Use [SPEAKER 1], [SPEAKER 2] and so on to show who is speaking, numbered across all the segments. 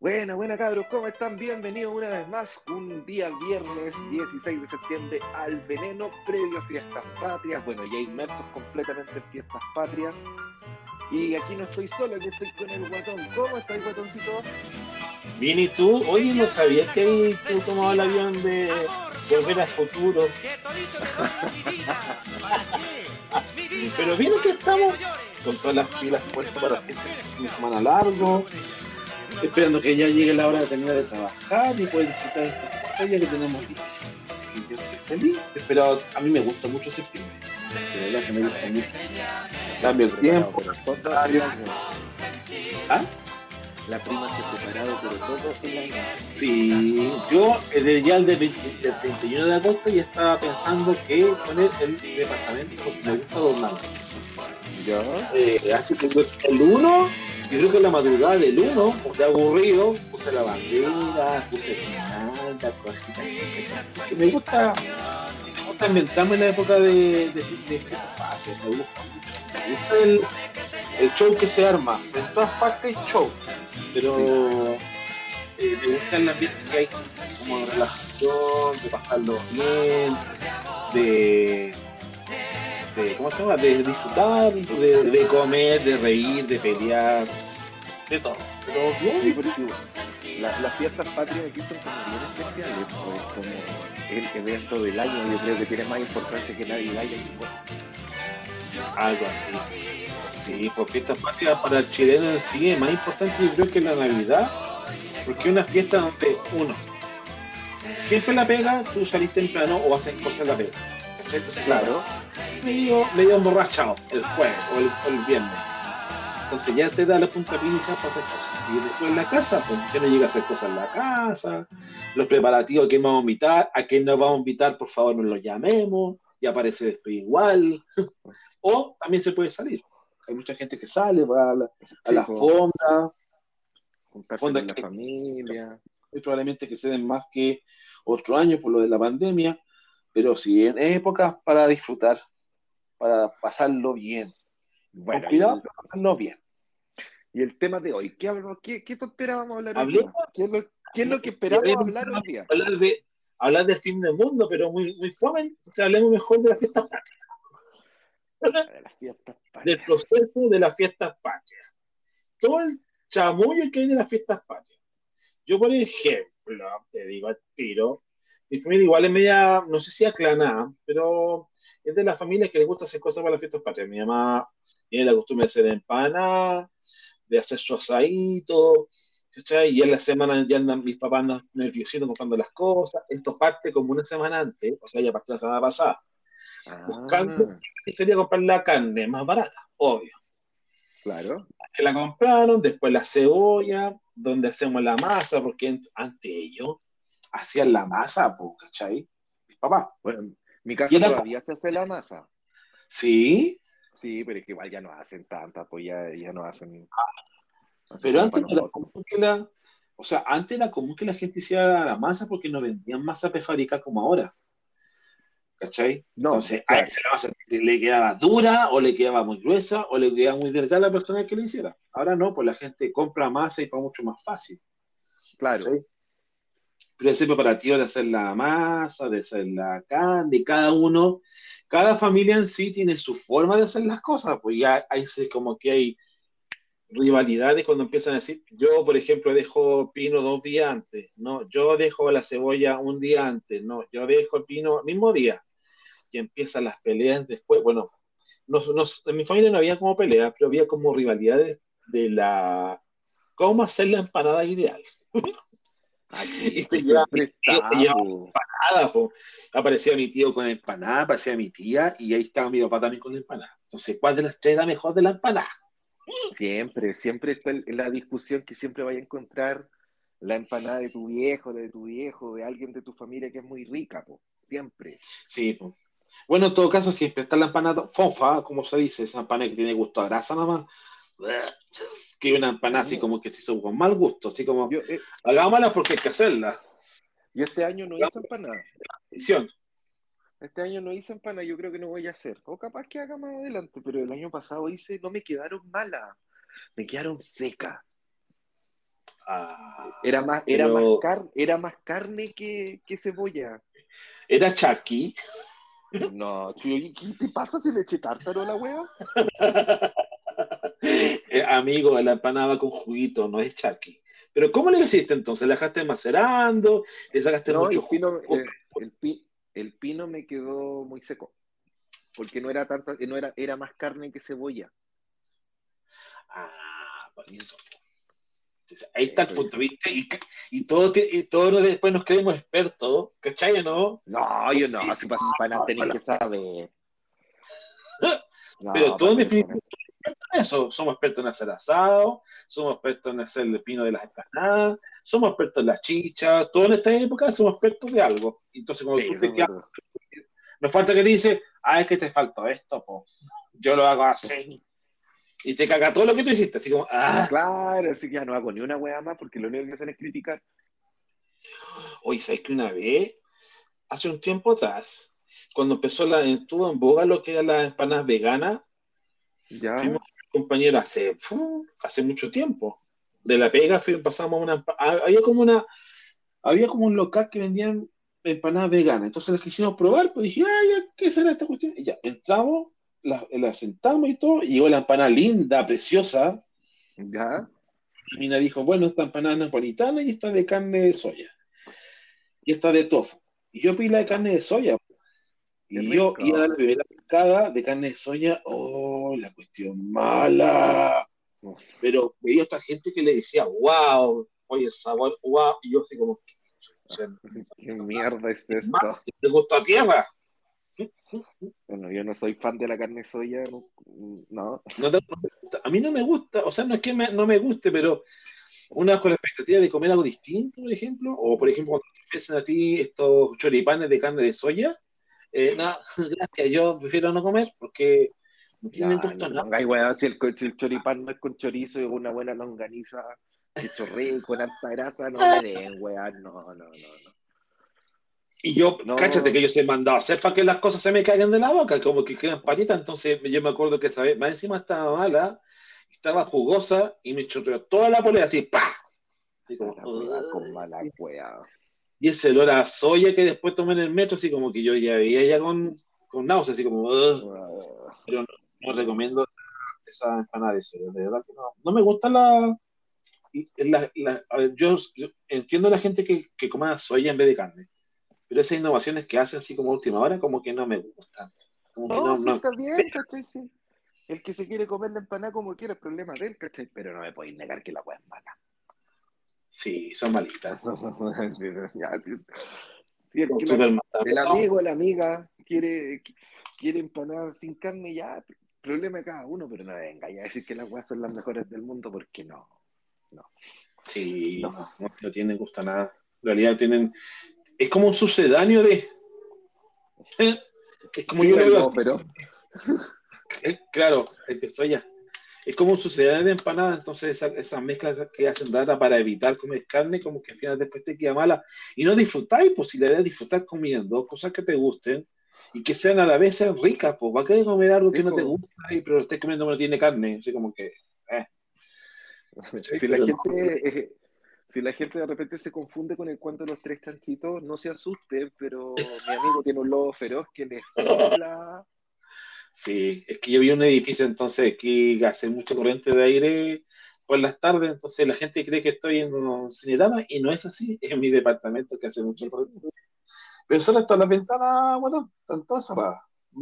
[SPEAKER 1] Buena, buena cabros, ¿cómo están? Bienvenidos una vez más, un día viernes 16 de septiembre al veneno previo a fiestas patrias, bueno, ya inmersos completamente en fiestas patrias. Y aquí no estoy solo, aquí estoy con el guatón. ¿Cómo estás, guatoncito?
[SPEAKER 2] Bien, ¿y tú? Oye, no sabías que ahí tú tomabas el avión de Volver al Futuro. Pero bien que estamos con todas las pilas puestas para este fin de semana largo, esperando que ya llegue la hora de terminar de trabajar y poder disfrutar de estas cosas ya que tenemos libres. Así que yo estoy feliz, pero a mí me gusta mucho septiembre. De verdad que me gusta mucho.
[SPEAKER 1] Ya
[SPEAKER 2] Cambio
[SPEAKER 1] estoy
[SPEAKER 2] el
[SPEAKER 1] preparado,
[SPEAKER 2] tiempo,
[SPEAKER 1] pero todo el
[SPEAKER 2] horario.
[SPEAKER 1] año.
[SPEAKER 2] ¿Ah?
[SPEAKER 1] La prima se ha preparado, pero todo el año.
[SPEAKER 2] Sí, yo ya el del 31 de agosto ya estaba pensando que poner el departamento porque me gusta adornarlo.
[SPEAKER 1] ¿Ya?
[SPEAKER 2] Así que el uno, yo creo que en la madrugada del uno, porque aburrido, puse la bandera, puse guirnalda, cositas así, ¿cachai? Porque me gusta ambientarme en la época de fiestas patrias, me gusta mucho. Me gusta el show que se arma, en todas partes hay show,
[SPEAKER 1] Sí.
[SPEAKER 2] pero me gusta el ambiente que hay como de relajación, de pasarlo bien, de, ¿cómo se llama? De disfrutar, de comer, de reír, de pelear, de todo. Pero bien,
[SPEAKER 1] Sí,
[SPEAKER 2] ¿y tú?
[SPEAKER 1] porque las fiestas patrias aquí son como bien especiales, pues como el evento del año, yo creo que tiene más importancia que nadie el año.
[SPEAKER 2] Algo así. Sí, por fiestas patrias para el chileno en sí es más importante yo creo que la Navidad, porque es una fiesta donde uno, siempre la pega, tú salís temprano o hacen cosas en la pega. ¿Cachai? Entonces, claro,
[SPEAKER 1] Claro,
[SPEAKER 2] medio emborrachado el jueves o el viernes. Entonces ya te da la puntapié inicial para hacer cosas. Y después en la casa, pues ya no llega a hacer cosas en la casa, los preparativos, a quién vamos a invitar, a quién nos vamos a invitar, por favor no lo llamemos, ya aparece después igual. O también se puede salir. Hay mucha gente que sale, va a
[SPEAKER 1] sí,
[SPEAKER 2] la
[SPEAKER 1] pues, juntarse
[SPEAKER 2] fonda
[SPEAKER 1] con la
[SPEAKER 2] que
[SPEAKER 1] familia.
[SPEAKER 2] muy probablemente que se den más que otro año por lo de la pandemia, pero sí en épocas para disfrutar, para pasarlo bien. Con
[SPEAKER 1] Bueno,
[SPEAKER 2] cuidado, pero pasarlo bien.
[SPEAKER 1] y el tema de hoy, ¿qué tontera vamos a hablar hoy
[SPEAKER 2] Hablemos
[SPEAKER 1] día? ¿Qué es lo que
[SPEAKER 2] y
[SPEAKER 1] esperamos
[SPEAKER 2] habíamos
[SPEAKER 1] hablar hoy día?
[SPEAKER 2] hablar del fin del mundo, pero muy fome. O sea, hablemos mejor de las fiestas patrias,
[SPEAKER 1] Ya, de las fiestas
[SPEAKER 2] del
[SPEAKER 1] patrias.
[SPEAKER 2] proceso de las fiestas patrias. Todo el chamullo que hay de las fiestas patrias. Yo, por ejemplo, te digo al tiro, mi familia igual es media, no sé si aclanada, pero es de las familias que les gusta hacer cosas para las fiestas patrias. Mi mamá tiene la costumbre de hacer empanadas, de hacer su asadito, ¿cachai? Y en la semana ya andan mis papás andan nerviositos comprando las cosas. Esto parte como una semana antes, o sea, ya partió la semana pasada, buscando
[SPEAKER 1] Ah,
[SPEAKER 2] qué sería comprar la carne más barata, obvio.
[SPEAKER 1] claro.
[SPEAKER 2] Que la compraron, después la cebolla, donde hacemos la masa, porque antes ellos hacían la masa, po, ¿cachai? Mis papás.
[SPEAKER 1] Bueno, en mi
[SPEAKER 2] Y
[SPEAKER 1] casa
[SPEAKER 2] era,
[SPEAKER 1] todavía se hace la masa.
[SPEAKER 2] sí,
[SPEAKER 1] Sí, pero es que igual ya no hacen tanta, pues ya no hacen, hacen
[SPEAKER 2] pero
[SPEAKER 1] como
[SPEAKER 2] antes
[SPEAKER 1] para
[SPEAKER 2] era
[SPEAKER 1] nosotros.
[SPEAKER 2] común o sea, antes era común que la gente hiciera la masa porque no vendían masa prefabricada como ahora, ¿cachai?
[SPEAKER 1] No,
[SPEAKER 2] Entonces, a
[SPEAKER 1] claro,
[SPEAKER 2] esa masa le quedaba dura, o le quedaba muy gruesa, o le quedaba muy delgada a la persona que le hiciera. Ahora no, pues la gente compra masa y para mucho más fácil,
[SPEAKER 1] claro.
[SPEAKER 2] ¿cachai? Pero ese preparativo de hacer la masa, de hacer la carne, cada familia en sí tiene su forma de hacer las cosas, pues ya hay como que hay rivalidades cuando empiezan a decir, yo por ejemplo dejo pino 2 días antes, no, yo dejo la cebolla un día antes, no, yo dejo el pino el mismo día, y empiezan las peleas después, bueno, en mi familia no había como peleas, pero había como rivalidades de cómo hacer la empanada ideal.
[SPEAKER 1] Ah, sí,
[SPEAKER 2] Y
[SPEAKER 1] es que siempre está, pues.
[SPEAKER 2] nada, po. Aparecía mi tío con empanada, aparecía mi tía y ahí estaba mi papá también con la empanada. Entonces, ¿cuál de las tres era mejor de la empanada?
[SPEAKER 1] Siempre está la discusión que siempre vaya a encontrar la empanada de tu viejo, de alguien de tu familia que es muy rica, pues. Siempre.
[SPEAKER 2] Sí, po. Bueno, en todo caso, siempre está la empanada fofa, como se dice, esa empanada que tiene gusto a grasa nada más, que una empanada así
[SPEAKER 1] No,
[SPEAKER 2] como que se hizo con mal gusto, así como,
[SPEAKER 1] yo,
[SPEAKER 2] hagámosla porque hay que hacerla.
[SPEAKER 1] yo este año no hice
[SPEAKER 2] Hagamos
[SPEAKER 1] empanada.
[SPEAKER 2] la tradición.
[SPEAKER 1] Este año no hice empanada, yo creo que no voy a hacer. O capaz que haga más adelante, pero el año pasado hice, no me quedaron malas, me quedaron secas.
[SPEAKER 2] pero
[SPEAKER 1] era más carne que cebolla.
[SPEAKER 2] era charqui.
[SPEAKER 1] No, chuyo, ¿y qué te pasa si le eché tártaro a la wea?
[SPEAKER 2] Amigo, la empanada va con juguito, no es charqui. Pero ¿cómo le hiciste entonces? ¿La dejaste macerando? ¿Le sacaste
[SPEAKER 1] No,
[SPEAKER 2] mucho jugo?
[SPEAKER 1] el pino me quedó muy seco, porque no era tanta, era más carne que cebolla.
[SPEAKER 2] Ah, por eso. Entonces, ahí está el
[SPEAKER 1] Pues,
[SPEAKER 2] punto, ¿viste? Y todos después nos creemos expertos, ¿cachai, no?
[SPEAKER 1] no, yo no, si para nada tenéis que saber.
[SPEAKER 2] Pero
[SPEAKER 1] No, para
[SPEAKER 2] todos
[SPEAKER 1] ser pana.
[SPEAKER 2] definitivamente eso, somos expertos en hacer asado, somos expertos en hacer el pino de las empanadas, somos expertos en las chichas, todos en esta época somos expertos de algo. Entonces,
[SPEAKER 1] Sí,
[SPEAKER 2] cuando tú
[SPEAKER 1] eso
[SPEAKER 2] te
[SPEAKER 1] es
[SPEAKER 2] quedas,
[SPEAKER 1] verdad.
[SPEAKER 2] nos falta que te dice, es que te faltó esto, po. Yo lo hago así. Y te caga todo lo que tú hiciste, así como,
[SPEAKER 1] Claro, así que ya no hago ni una wea más porque lo único que hacen es criticar.
[SPEAKER 2] oye, ¿sabes que una vez, hace un tiempo atrás, cuando estuvo en boga lo que eran las empanadas veganas,
[SPEAKER 1] ¿Ya?
[SPEAKER 2] fuimos con compañeros hace mucho tiempo. De la pega pasamos a había como un local que vendían empanadas veganas. Entonces las quisimos probar, pues dije, ya, ¿qué será esta cuestión? Y ya, entramos, la sentamos y todo, y llegó la empanada linda, preciosa.
[SPEAKER 1] ¿Ya?
[SPEAKER 2] Y Mina dijo, bueno, esta empanada napolitana y esta de carne de soya. Y esta de tofu. Y yo pedí la de carne de soya.
[SPEAKER 1] Qué
[SPEAKER 2] Y yo iba a dar
[SPEAKER 1] rico.
[SPEAKER 2] la primera picada de carne de soya. Oh, la cuestión mala. Pero veía otra gente que le decía, wow, oye, el sabor, wow. Y yo así como,
[SPEAKER 1] ¿Qué mierda es
[SPEAKER 2] más,
[SPEAKER 1] esto?
[SPEAKER 2] te gustó a tierra.
[SPEAKER 1] Bueno, yo no soy fan de la carne de soya, no. No.
[SPEAKER 2] A mí no me gusta, o sea, no es que no me guste, pero una con la expectativa de comer algo distinto, por ejemplo, o por ejemplo, cuando te ofrecen a ti estos choripanes de carne de soya, no, gracias, yo prefiero no comer porque no tienen
[SPEAKER 1] Ya, ni
[SPEAKER 2] gusto a
[SPEAKER 1] me
[SPEAKER 2] nada.
[SPEAKER 1] pongáis, weón, si el choripán no es con chorizo y con una buena longaniza, hecho rico, con alta grasa, no me den, weón, no, no, no, no.
[SPEAKER 2] Y yo, cáchate
[SPEAKER 1] No,
[SPEAKER 2] que yo sé mandado hacer para que las cosas se me caigan de la boca, como que quedan patitas, entonces yo me acuerdo que esa vez, más encima estaba mala, estaba jugosa y me chorreó toda la polea así, ¡pa! Así
[SPEAKER 1] a
[SPEAKER 2] como,
[SPEAKER 1] la weá, con mala weá.
[SPEAKER 2] y ese olor a soya que después tomé en el metro, así como que yo ya veía ya con náuseas, así como, "Ugh". Pero no recomiendo esa empanada de soya, de verdad que no. No me gusta a ver, yo entiendo a la gente que coma soya en vez de carne, pero esas innovaciones que hacen así como a última hora, como que no me gustan. Como que
[SPEAKER 1] No,
[SPEAKER 2] no,
[SPEAKER 1] sí
[SPEAKER 2] no.
[SPEAKER 1] está bien, ¿cachai? Sí. El que se quiere comer la empanada como quiera, es problema de él, ¿cachai? Pero no me podéis negar que la weá es mala.
[SPEAKER 2] Sí, son malitas.
[SPEAKER 1] Ya, si el,
[SPEAKER 2] Son
[SPEAKER 1] que
[SPEAKER 2] súper malas.
[SPEAKER 1] el
[SPEAKER 2] No,
[SPEAKER 1] amigo, la amiga quiere empanadas sin carne, ya, problema de cada uno, pero no me venga ya a decir que las weas son las mejores del mundo, porque no, no,
[SPEAKER 2] sí,
[SPEAKER 1] no.
[SPEAKER 2] no tienen gusto a nada. En realidad tienen. Es como un sucedáneo de. Es como yo
[SPEAKER 1] Chinga
[SPEAKER 2] lo
[SPEAKER 1] el
[SPEAKER 2] veo
[SPEAKER 1] lobo,
[SPEAKER 2] así.
[SPEAKER 1] pero
[SPEAKER 2] Claro, empezó ya. Es como un sucedáneo de empanada, entonces esas mezclas que hacen rara para evitar comer carne, como que al final después te queda mala. Y no disfrutáis, pues si la idea es disfrutar comiendo cosas que te gusten y que sean a la vez sean ricas, pues va a querer comer algo
[SPEAKER 1] sí,
[SPEAKER 2] que no te
[SPEAKER 1] pues.
[SPEAKER 2] gusta, pero lo estés comiendo que no tiene carne, así como que, ¿cachai?
[SPEAKER 1] Si la
[SPEAKER 2] Pero no.
[SPEAKER 1] gente, si la gente de repente se confunde con el cuento de los tres chanchitos, no se asusten, pero mi amigo tiene un lobo feroz que le sopla.
[SPEAKER 2] Sí, es que yo vi un edificio entonces que hace mucha corriente de aire por las tardes, entonces la gente cree que estoy en un cinerama y no es así, es mi departamento que hace mucho corriente. Pero solo están las ventanas, bueno, están todas cerradas,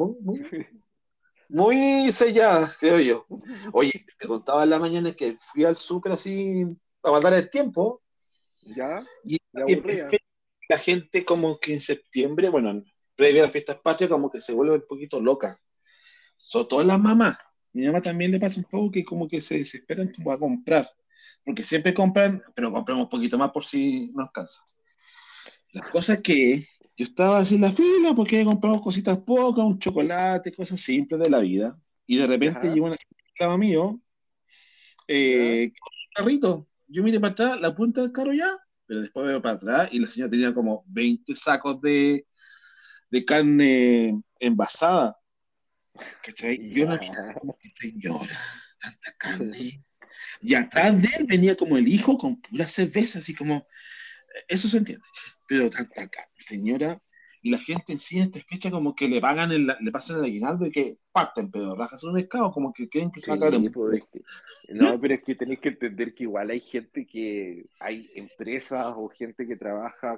[SPEAKER 2] muy selladas, creo yo. Oye, te contaba en la mañana que fui al súper así para matar el tiempo
[SPEAKER 1] ¿Ya?
[SPEAKER 2] y
[SPEAKER 1] ¿Le aburría?
[SPEAKER 2] la gente como que en septiembre, bueno, previo a las fiestas patrias, como que se vuelve un poquito loca. Sobre todo las mamás. Mi mamá también le pasa un poco que como que se desesperan como a comprar, porque siempre compran, pero compramos un poquito más por si no alcanza. La cosa es que yo estaba así en la fila porque compramos cositas pocas, un chocolate, cosas simples de la vida, y de repente
[SPEAKER 1] ¿Ya?
[SPEAKER 2] llegó una señora mío
[SPEAKER 1] ¿Ya?
[SPEAKER 2] con un carrito. Yo miré para atrás, la punta del carro ya, pero después veo para atrás y la señora tenía como 20 sacos de carne envasada. ¿Cachai? Yo
[SPEAKER 1] ¿Ya?
[SPEAKER 2] la miré así como que señora, tanta carne. Y atrás de él venía como el hijo con pura cerveza, así como, eso se entiende. Pero tanta señora, y la gente en sí en esta fecha como que le pagan, le pasan el aguinaldo y que parten, pero rajas un mercado, como que creen que se va a caer
[SPEAKER 1] Sí,
[SPEAKER 2] en...
[SPEAKER 1] pues, no, pero es que tenéis que entender que igual hay gente hay empresas o gente que trabaja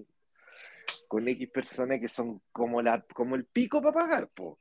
[SPEAKER 1] con X personas que son como el pico para pagar, po,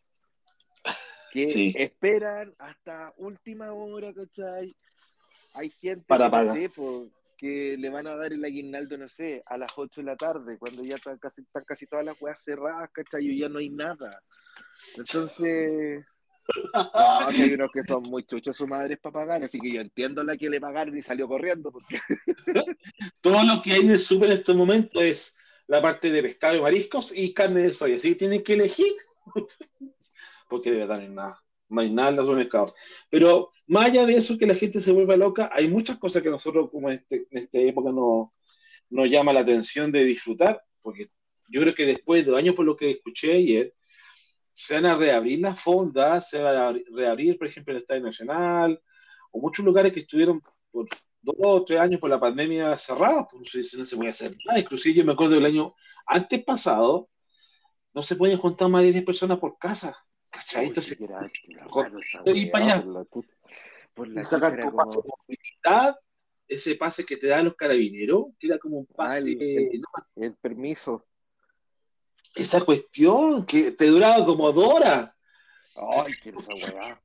[SPEAKER 1] que
[SPEAKER 2] Sí,
[SPEAKER 1] esperan hasta última hora, ¿cachai? Hay gente
[SPEAKER 2] para
[SPEAKER 1] que, no
[SPEAKER 2] pagar.
[SPEAKER 1] sé, po, que le van a dar el aguinaldo, no sé, a las 8 de la tarde, cuando ya están casi todas las weas cerradas, ¿cachai? Y ya no hay nada. Entonces, no, o sea, hay unos que son muy chuchos su madre para pagar, así que yo entiendo la que le pagaron y salió corriendo, porque
[SPEAKER 2] Todo lo que hay en el súper en estos momentos es la parte de pescado y mariscos y carne de soya. Así que tienen que elegir, porque de verdad no hay nada. No hay nada en los supermercados. Pero más allá de eso, que la gente se vuelva loca, hay muchas cosas que nosotros, como en esta época, no, nos llama la atención de disfrutar, porque yo creo que después de 2 años, por lo que escuché ayer, se van a reabrir las fondas, se van a reabrir, por ejemplo, el Estadio Nacional, o muchos lugares que estuvieron por 2 o 3 años por la pandemia cerrados, pues no se puede hacer nada. Inclusive yo me acuerdo del año antes pasado, no se podían juntar más de 10 personas por casa, ¿cachai?
[SPEAKER 1] uy, sí
[SPEAKER 2] Entonces,
[SPEAKER 1] que era
[SPEAKER 2] con
[SPEAKER 1] raro esa
[SPEAKER 2] ir para
[SPEAKER 1] weá,
[SPEAKER 2] allá
[SPEAKER 1] por
[SPEAKER 2] y
[SPEAKER 1] la chucha
[SPEAKER 2] sacar
[SPEAKER 1] era
[SPEAKER 2] tu pase
[SPEAKER 1] como,
[SPEAKER 2] de movilidad, ese pase que te dan los carabineros, que era como un
[SPEAKER 1] ah,
[SPEAKER 2] pase, no,
[SPEAKER 1] el permiso,
[SPEAKER 2] esa cuestión que te duraba como 2 horas.
[SPEAKER 1] ay, que esa weá,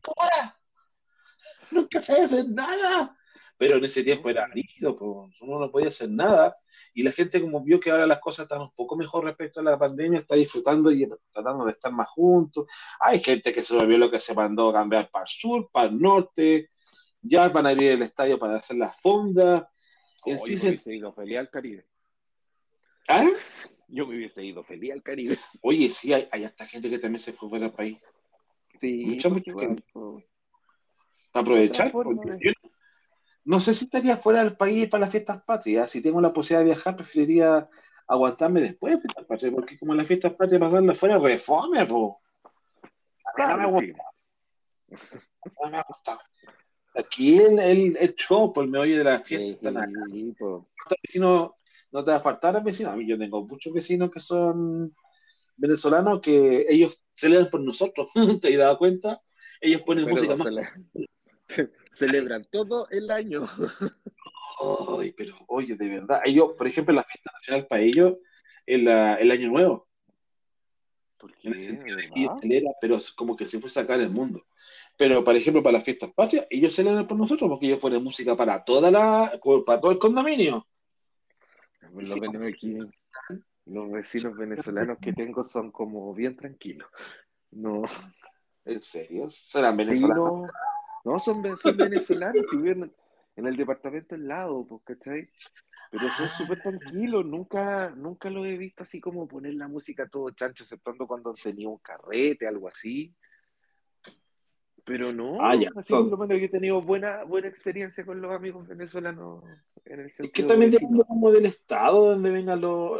[SPEAKER 2] Nunca sabía hacer nada. Pero en ese tiempo era
[SPEAKER 1] no,
[SPEAKER 2] rígido, pues, uno no podía hacer nada. Y la gente, como vio que ahora las cosas están un poco mejor respecto a la pandemia, está disfrutando y tratando de estar más juntos. Hay gente que se volvió lo que se mandó a cambiar para el sur, para el norte. Ya van a abrir el estadio para hacer las fondas. En
[SPEAKER 1] oh, yo
[SPEAKER 2] sí
[SPEAKER 1] me
[SPEAKER 2] se...
[SPEAKER 1] hubiese ido feliz al Caribe,
[SPEAKER 2] ¿Ah?
[SPEAKER 1] yo me hubiese ido feliz al Caribe,
[SPEAKER 2] Oye, sí, hay hasta gente que también se fue fuera del país.
[SPEAKER 1] sí,
[SPEAKER 2] Mucha,
[SPEAKER 1] pues
[SPEAKER 2] mucha gente.
[SPEAKER 1] igual, pues,
[SPEAKER 2] Para
[SPEAKER 1] otra
[SPEAKER 2] aprovechar,
[SPEAKER 1] forma
[SPEAKER 2] porque
[SPEAKER 1] de,
[SPEAKER 2] yo no sé si estaría fuera del país para las fiestas patrias. Si tengo la posibilidad de viajar, preferiría aguantarme después de fiestas patrias, porque como las fiestas patrias pasarlas fuera, refome, po. A mí no me
[SPEAKER 1] claro,
[SPEAKER 2] gusta,
[SPEAKER 1] sí,
[SPEAKER 2] no me gusta. Aquí el show, por el meollo de las fiestas, están acá.
[SPEAKER 1] sí, pues,
[SPEAKER 2] Los vecinos, no te va a faltar el vecino. A mí yo tengo muchos vecinos que son venezolanos que ellos celebran por nosotros. ¿Te has dado cuenta? Ellos ponen
[SPEAKER 1] pero
[SPEAKER 2] música
[SPEAKER 1] no
[SPEAKER 2] más.
[SPEAKER 1] celebran todo el año.
[SPEAKER 2] Ay, pero oye, de verdad. Ellos, por ejemplo, la fiesta nacional para ellos es el Año Nuevo.
[SPEAKER 1] ¿Por
[SPEAKER 2] En el
[SPEAKER 1] qué? ¿De
[SPEAKER 2] sentido de que ellos
[SPEAKER 1] verdad?
[SPEAKER 2] celebran, pero es como que se fue a sacar el mundo. Pero, por ejemplo, para las fiestas patrias, ellos celebran por nosotros porque ellos ponen música para para todo el condominio. Y
[SPEAKER 1] Los,
[SPEAKER 2] sí,
[SPEAKER 1] aquí, los vecinos venezolanos que tengo son como bien tranquilos. No,
[SPEAKER 2] en serio, serán
[SPEAKER 1] sí,
[SPEAKER 2] venezolanos.
[SPEAKER 1] no, son venezolanos, si viven en el departamento al lado, pues, ¿cachai? Pero son súper
[SPEAKER 2] Ah,
[SPEAKER 1] tranquilos, nunca los he visto así como poner la música todo chancho, exceptuando cuando han tenido un carrete, algo así. Pero
[SPEAKER 2] ya.
[SPEAKER 1] no, así por lo menos yo he tenido buena experiencia con los amigos venezolanos en el
[SPEAKER 2] Es que
[SPEAKER 1] sentido de
[SPEAKER 2] también depende
[SPEAKER 1] vecinos.
[SPEAKER 2] como del estado donde vengan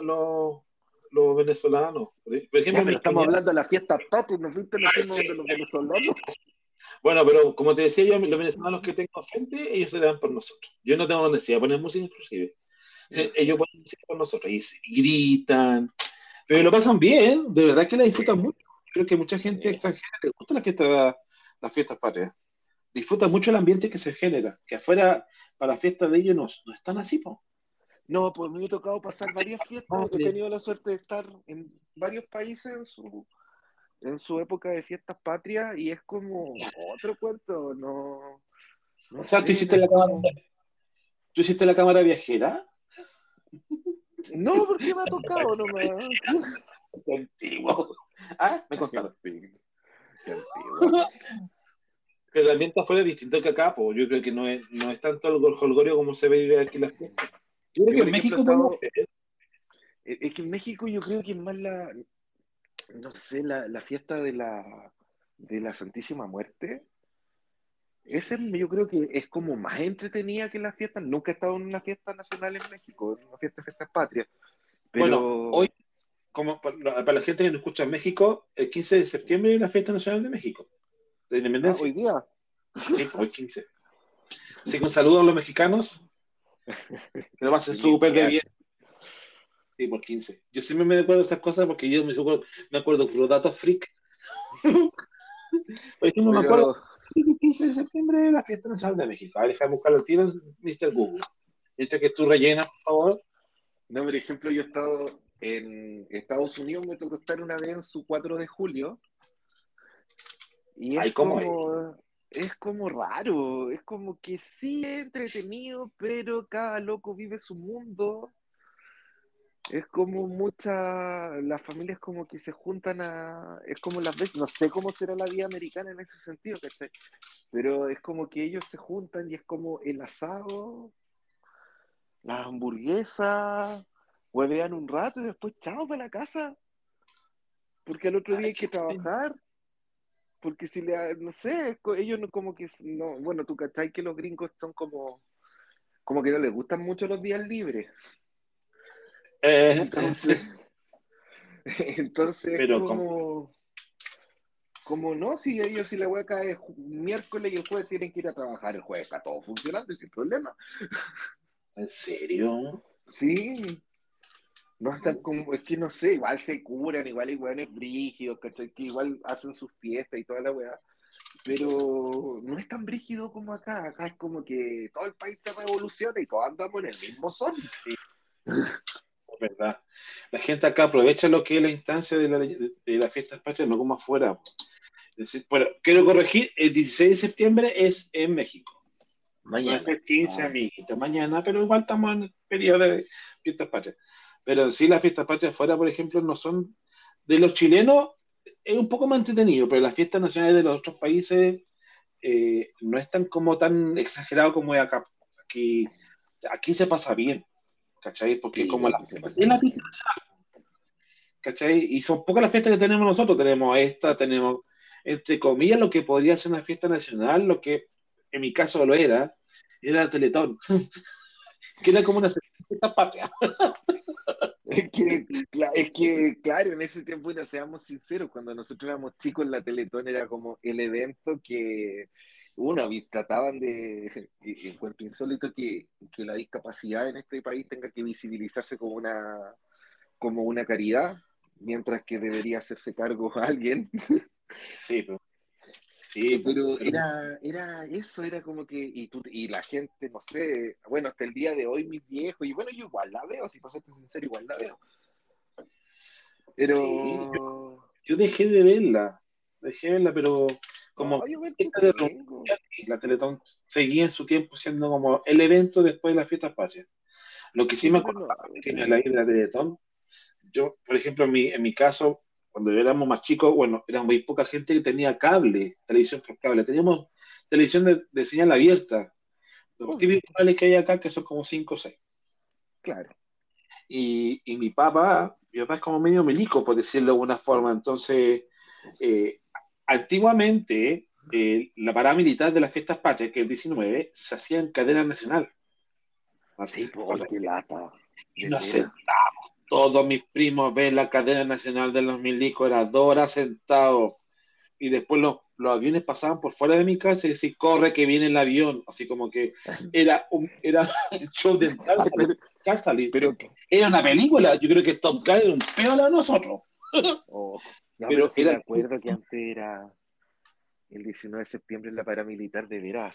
[SPEAKER 2] los venezolanos. Por
[SPEAKER 1] Ya,
[SPEAKER 2] ejemplo,
[SPEAKER 1] pero
[SPEAKER 2] mis
[SPEAKER 1] estamos
[SPEAKER 2] cuñados.
[SPEAKER 1] hablando de la fiesta patrias, ¿nos viste? Nos fuimos
[SPEAKER 2] Sí.
[SPEAKER 1] donde los venezolanos.
[SPEAKER 2] Bueno, pero como te decía yo, los venezolanos que tengo frente, ellos se le dan por nosotros. Yo no tengo necesidad de poner música inclusive. Ellos ponen música por nosotros y gritan. Pero lo pasan bien, de verdad que la disfrutan
[SPEAKER 1] Sí,
[SPEAKER 2] mucho. Creo que mucha gente
[SPEAKER 1] sí.
[SPEAKER 2] extranjera le gusta las fiestas patrias. Disfrutan mucho el ambiente que se genera, que afuera para las fiestas de ellos no están así, po.
[SPEAKER 1] No, pues me he tocado pasar varias fiestas, he
[SPEAKER 2] Vale.
[SPEAKER 1] tenido la suerte de estar en varios países en su época de fiestas patrias y es como otro cuento, no, no
[SPEAKER 2] O sea,
[SPEAKER 1] sé, no es como...
[SPEAKER 2] tú hiciste la cámara viajera.
[SPEAKER 1] No, porque me ha tocado nomás.
[SPEAKER 2] Qué antiguo. Ah, me
[SPEAKER 1] Qué
[SPEAKER 2] contaron.
[SPEAKER 1] antiguo, qué antiguo.
[SPEAKER 2] Pero el ambiente afuera es distinto que acá, pues yo creo que no es tanto el jolgorio como se ve aquí en las fiestas. Yo creo
[SPEAKER 1] Yo,
[SPEAKER 2] que
[SPEAKER 1] por
[SPEAKER 2] en
[SPEAKER 1] ejemplo, he
[SPEAKER 2] México podría
[SPEAKER 1] estado...
[SPEAKER 2] ser.
[SPEAKER 1] Es que en México yo creo que es más no sé, la fiesta de la Santísima Muerte. Ese
[SPEAKER 2] Sí.
[SPEAKER 1] yo creo que es como más entretenida que las fiestas. Nunca he estado en una fiesta nacional en México, en una fiesta de fiestas patrias.
[SPEAKER 2] Bueno, hoy,
[SPEAKER 1] Pero,
[SPEAKER 2] como para la gente que nos escucha en México, el 15 de septiembre es la fiesta nacional de México, de
[SPEAKER 1] hoy
[SPEAKER 2] independencia.
[SPEAKER 1] día,
[SPEAKER 2] Sí, pues hoy 15. Así que un saludo a los mexicanos, que lo pasen súper de bien. Sí, por 15. Yo siempre me acuerdo de esas cosas porque yo me acuerdo por los datos freak. Por ejemplo, me acuerdo
[SPEAKER 1] Pero,
[SPEAKER 2] el 15 de septiembre es la fiesta nacional de México. A ver, déjame buscarlo al tiro, Mr. Google. Mientras que tú rellenas, por favor.
[SPEAKER 1] no, por ejemplo, yo he estado en Estados Unidos, me tocó estar una vez en su 4 de julio, y
[SPEAKER 2] Ay, ¿cómo es?
[SPEAKER 1] es como raro, es como que sí es entretenido, pero cada loco vive su mundo. Es como las familias como que se juntan es como las veces, no sé cómo será la vida americana en ese sentido, ¿cachai? Pero es como que ellos se juntan y es como el asado, las hamburguesas, huevean un rato y después chao para la casa, porque al otro día
[SPEAKER 2] Ay,
[SPEAKER 1] hay que trabajar, porque si no sé, ellos no como que, no, bueno, tú cachai que los gringos son como que no les gustan mucho los días libres, entonces, entonces es
[SPEAKER 2] pero ¿cómo?
[SPEAKER 1] como no, si ellos si la hueá cae miércoles y el jueves tienen que ir a trabajar, el jueves está todo funcionando y sin problema.
[SPEAKER 2] ¿En serio?
[SPEAKER 1] Sí, no están como, es que no sé, igual se curan, igual hay hueones brígidos, ¿cachai? Que igual hacen sus fiestas y toda la weá, pero no es tan brígido como acá es como que todo el país se revoluciona y todos andamos en el mismo son.
[SPEAKER 2] Sí, es verdad. La gente acá aprovecha lo que es la instancia de las fiestas patrias, no como afuera. Es decir, bueno, quiero corregir, el 16 de septiembre es en México. No es
[SPEAKER 1] Mañana.
[SPEAKER 2] el 15,
[SPEAKER 1] Ah,
[SPEAKER 2] amiguito, mañana, pero igual estamos en el periodo de fiestas patrias. Pero sí, las fiestas patrias afuera, por ejemplo, no son de los chilenos, es un poco más entretenido, pero las fiestas nacionales de los otros países no es tan como tan exagerado como es acá. Aquí se pasa bien, ¿cachai? Porque
[SPEAKER 1] sí,
[SPEAKER 2] como
[SPEAKER 1] aquí se pasa
[SPEAKER 2] es la fiesta,
[SPEAKER 1] bien.
[SPEAKER 2] ¿cachai? Y son pocas las fiestas que tenemos nosotros. Tenemos esta, tenemos, entre comillas, lo que podría ser una fiesta nacional, lo que en mi caso lo era el Teletón, que era como una fiesta patria.
[SPEAKER 1] Claro, en ese tiempo, bueno, seamos sinceros, cuando nosotros éramos chicos, la Teletón era como el evento que trataban encuentro insólito que la discapacidad en este país tenga que visibilizarse como una caridad, mientras que debería hacerse cargo a alguien.
[SPEAKER 2] Sí, pues, sí, pues,
[SPEAKER 1] Pero
[SPEAKER 2] pero
[SPEAKER 1] era eso, era como que, y la gente, no sé, bueno, hasta el día de hoy mis viejos, y bueno, yo igual la veo, si para serte sincero, igual la veo. Pero,
[SPEAKER 2] sí, yo dejé de verla, pero como
[SPEAKER 1] no, yo me
[SPEAKER 2] esta de los
[SPEAKER 1] entretengo.
[SPEAKER 2] mundiales, la Teletón seguía en su tiempo siendo como el evento después de las fiestas patrias. Lo que sí
[SPEAKER 1] Sí,
[SPEAKER 2] me
[SPEAKER 1] pero
[SPEAKER 2] acuerdo
[SPEAKER 1] no,
[SPEAKER 2] más pequeño de la isla de Teletón, yo, por ejemplo, en mi caso, cuando éramos más chicos, bueno, era muy poca gente que tenía cable, televisión por cable. Teníamos televisión de señal abierta, los
[SPEAKER 1] obvio,
[SPEAKER 2] típicos canales que hay acá, que son como 5 o 6.
[SPEAKER 1] claro.
[SPEAKER 2] Y mi papá es como medio milico, por decirlo de alguna forma. Entonces, eh, antiguamente, la parada militar de las fiestas patrias, que es el 19, se hacía en cadena nacional.
[SPEAKER 1] Sí,
[SPEAKER 2] Así,
[SPEAKER 1] pues, qué lata,
[SPEAKER 2] y
[SPEAKER 1] de
[SPEAKER 2] nos
[SPEAKER 1] veras.
[SPEAKER 2] sentamos, todos mis primos ven la cadena nacional de los milicos, era 2 horas sentados, y después los aviones pasaban por fuera de mi casa y decía, corre que viene el avión, así como que era el show de entrar,
[SPEAKER 1] Ay,
[SPEAKER 2] salir, entrar, salir.
[SPEAKER 1] pero,
[SPEAKER 2] Era una película, yo creo que Top Gun era un peor a nosotros,
[SPEAKER 1] oh, no, pero
[SPEAKER 2] pero
[SPEAKER 1] sí
[SPEAKER 2] era,
[SPEAKER 1] me acuerdo que antes era el 19 de septiembre en la paramilitar, de veras,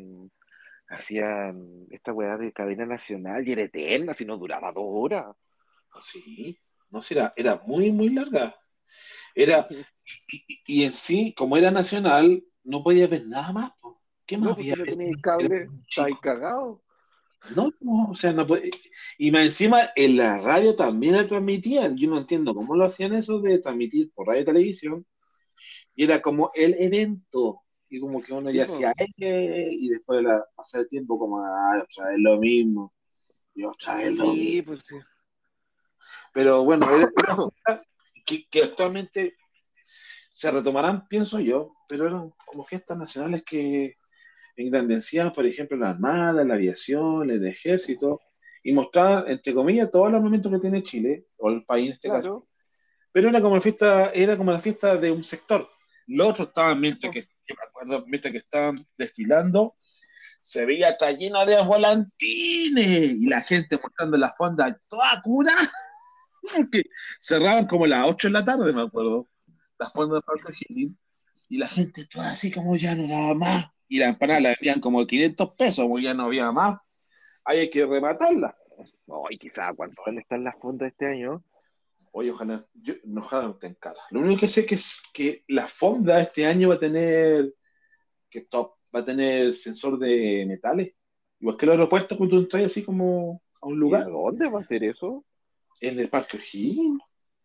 [SPEAKER 1] hacían esta weá de cadena nacional y era eterna, si no duraba 2 horas.
[SPEAKER 2] sí, no sé, era muy, muy larga. Era,
[SPEAKER 1] Sí.
[SPEAKER 2] y en sí, como era nacional, no podía ver nada más, po. ¿Qué más
[SPEAKER 1] No, pues
[SPEAKER 2] había
[SPEAKER 1] si no
[SPEAKER 2] visto?
[SPEAKER 1] teníais
[SPEAKER 2] Era
[SPEAKER 1] cable,
[SPEAKER 2] muy
[SPEAKER 1] estáis
[SPEAKER 2] chico.
[SPEAKER 1] cagados.
[SPEAKER 2] No, no, o sea, no puede. Y más encima en la radio también la transmitían. Yo no entiendo cómo lo hacían eso de transmitir por radio y televisión. Y era como el evento. Y como que uno
[SPEAKER 1] Sí,
[SPEAKER 2] ya
[SPEAKER 1] pues.
[SPEAKER 2] hacía, y después pasar el tiempo como, otra vez lo mismo. Y otra vez lo
[SPEAKER 1] Sí,
[SPEAKER 2] mismo.
[SPEAKER 1] pues sí.
[SPEAKER 2] Pero bueno, era fiesta que actualmente se retomarán, pienso yo, pero eran como fiestas nacionales que engrandecían, por ejemplo, la Armada, la aviación, el ejército, y mostraban, entre comillas, todos los momentos que tiene Chile, o el país en este caso.
[SPEAKER 1] Claro.
[SPEAKER 2] Pero era como la fiesta de un sector. Los otros estaban,
[SPEAKER 1] Sí, pues.
[SPEAKER 2] yo me acuerdo, mientras que estaban desfilando, se veía está lleno de volantines y la gente mostrando la fonda toda cura, que cerraban como a las 8 de la tarde, me acuerdo, las fondas de Parque Higgins, y la gente toda así como ya no daba más, y la empanada la vendían como 500 pesos, como ya no había más, hay que rematarla.
[SPEAKER 1] Ay, quizá cuánto van a estar las fondas este año.
[SPEAKER 2] Oye, ojalá no estén caras. Lo único que sé es que la fonda este año va a tener, que top, va a tener sensor de metales. Igual que el aeropuerto, cuando tú entras así como a un
[SPEAKER 1] ¿Y a
[SPEAKER 2] lugar,
[SPEAKER 1] dónde va a ser eso?
[SPEAKER 2] en el Parque O'Higgins.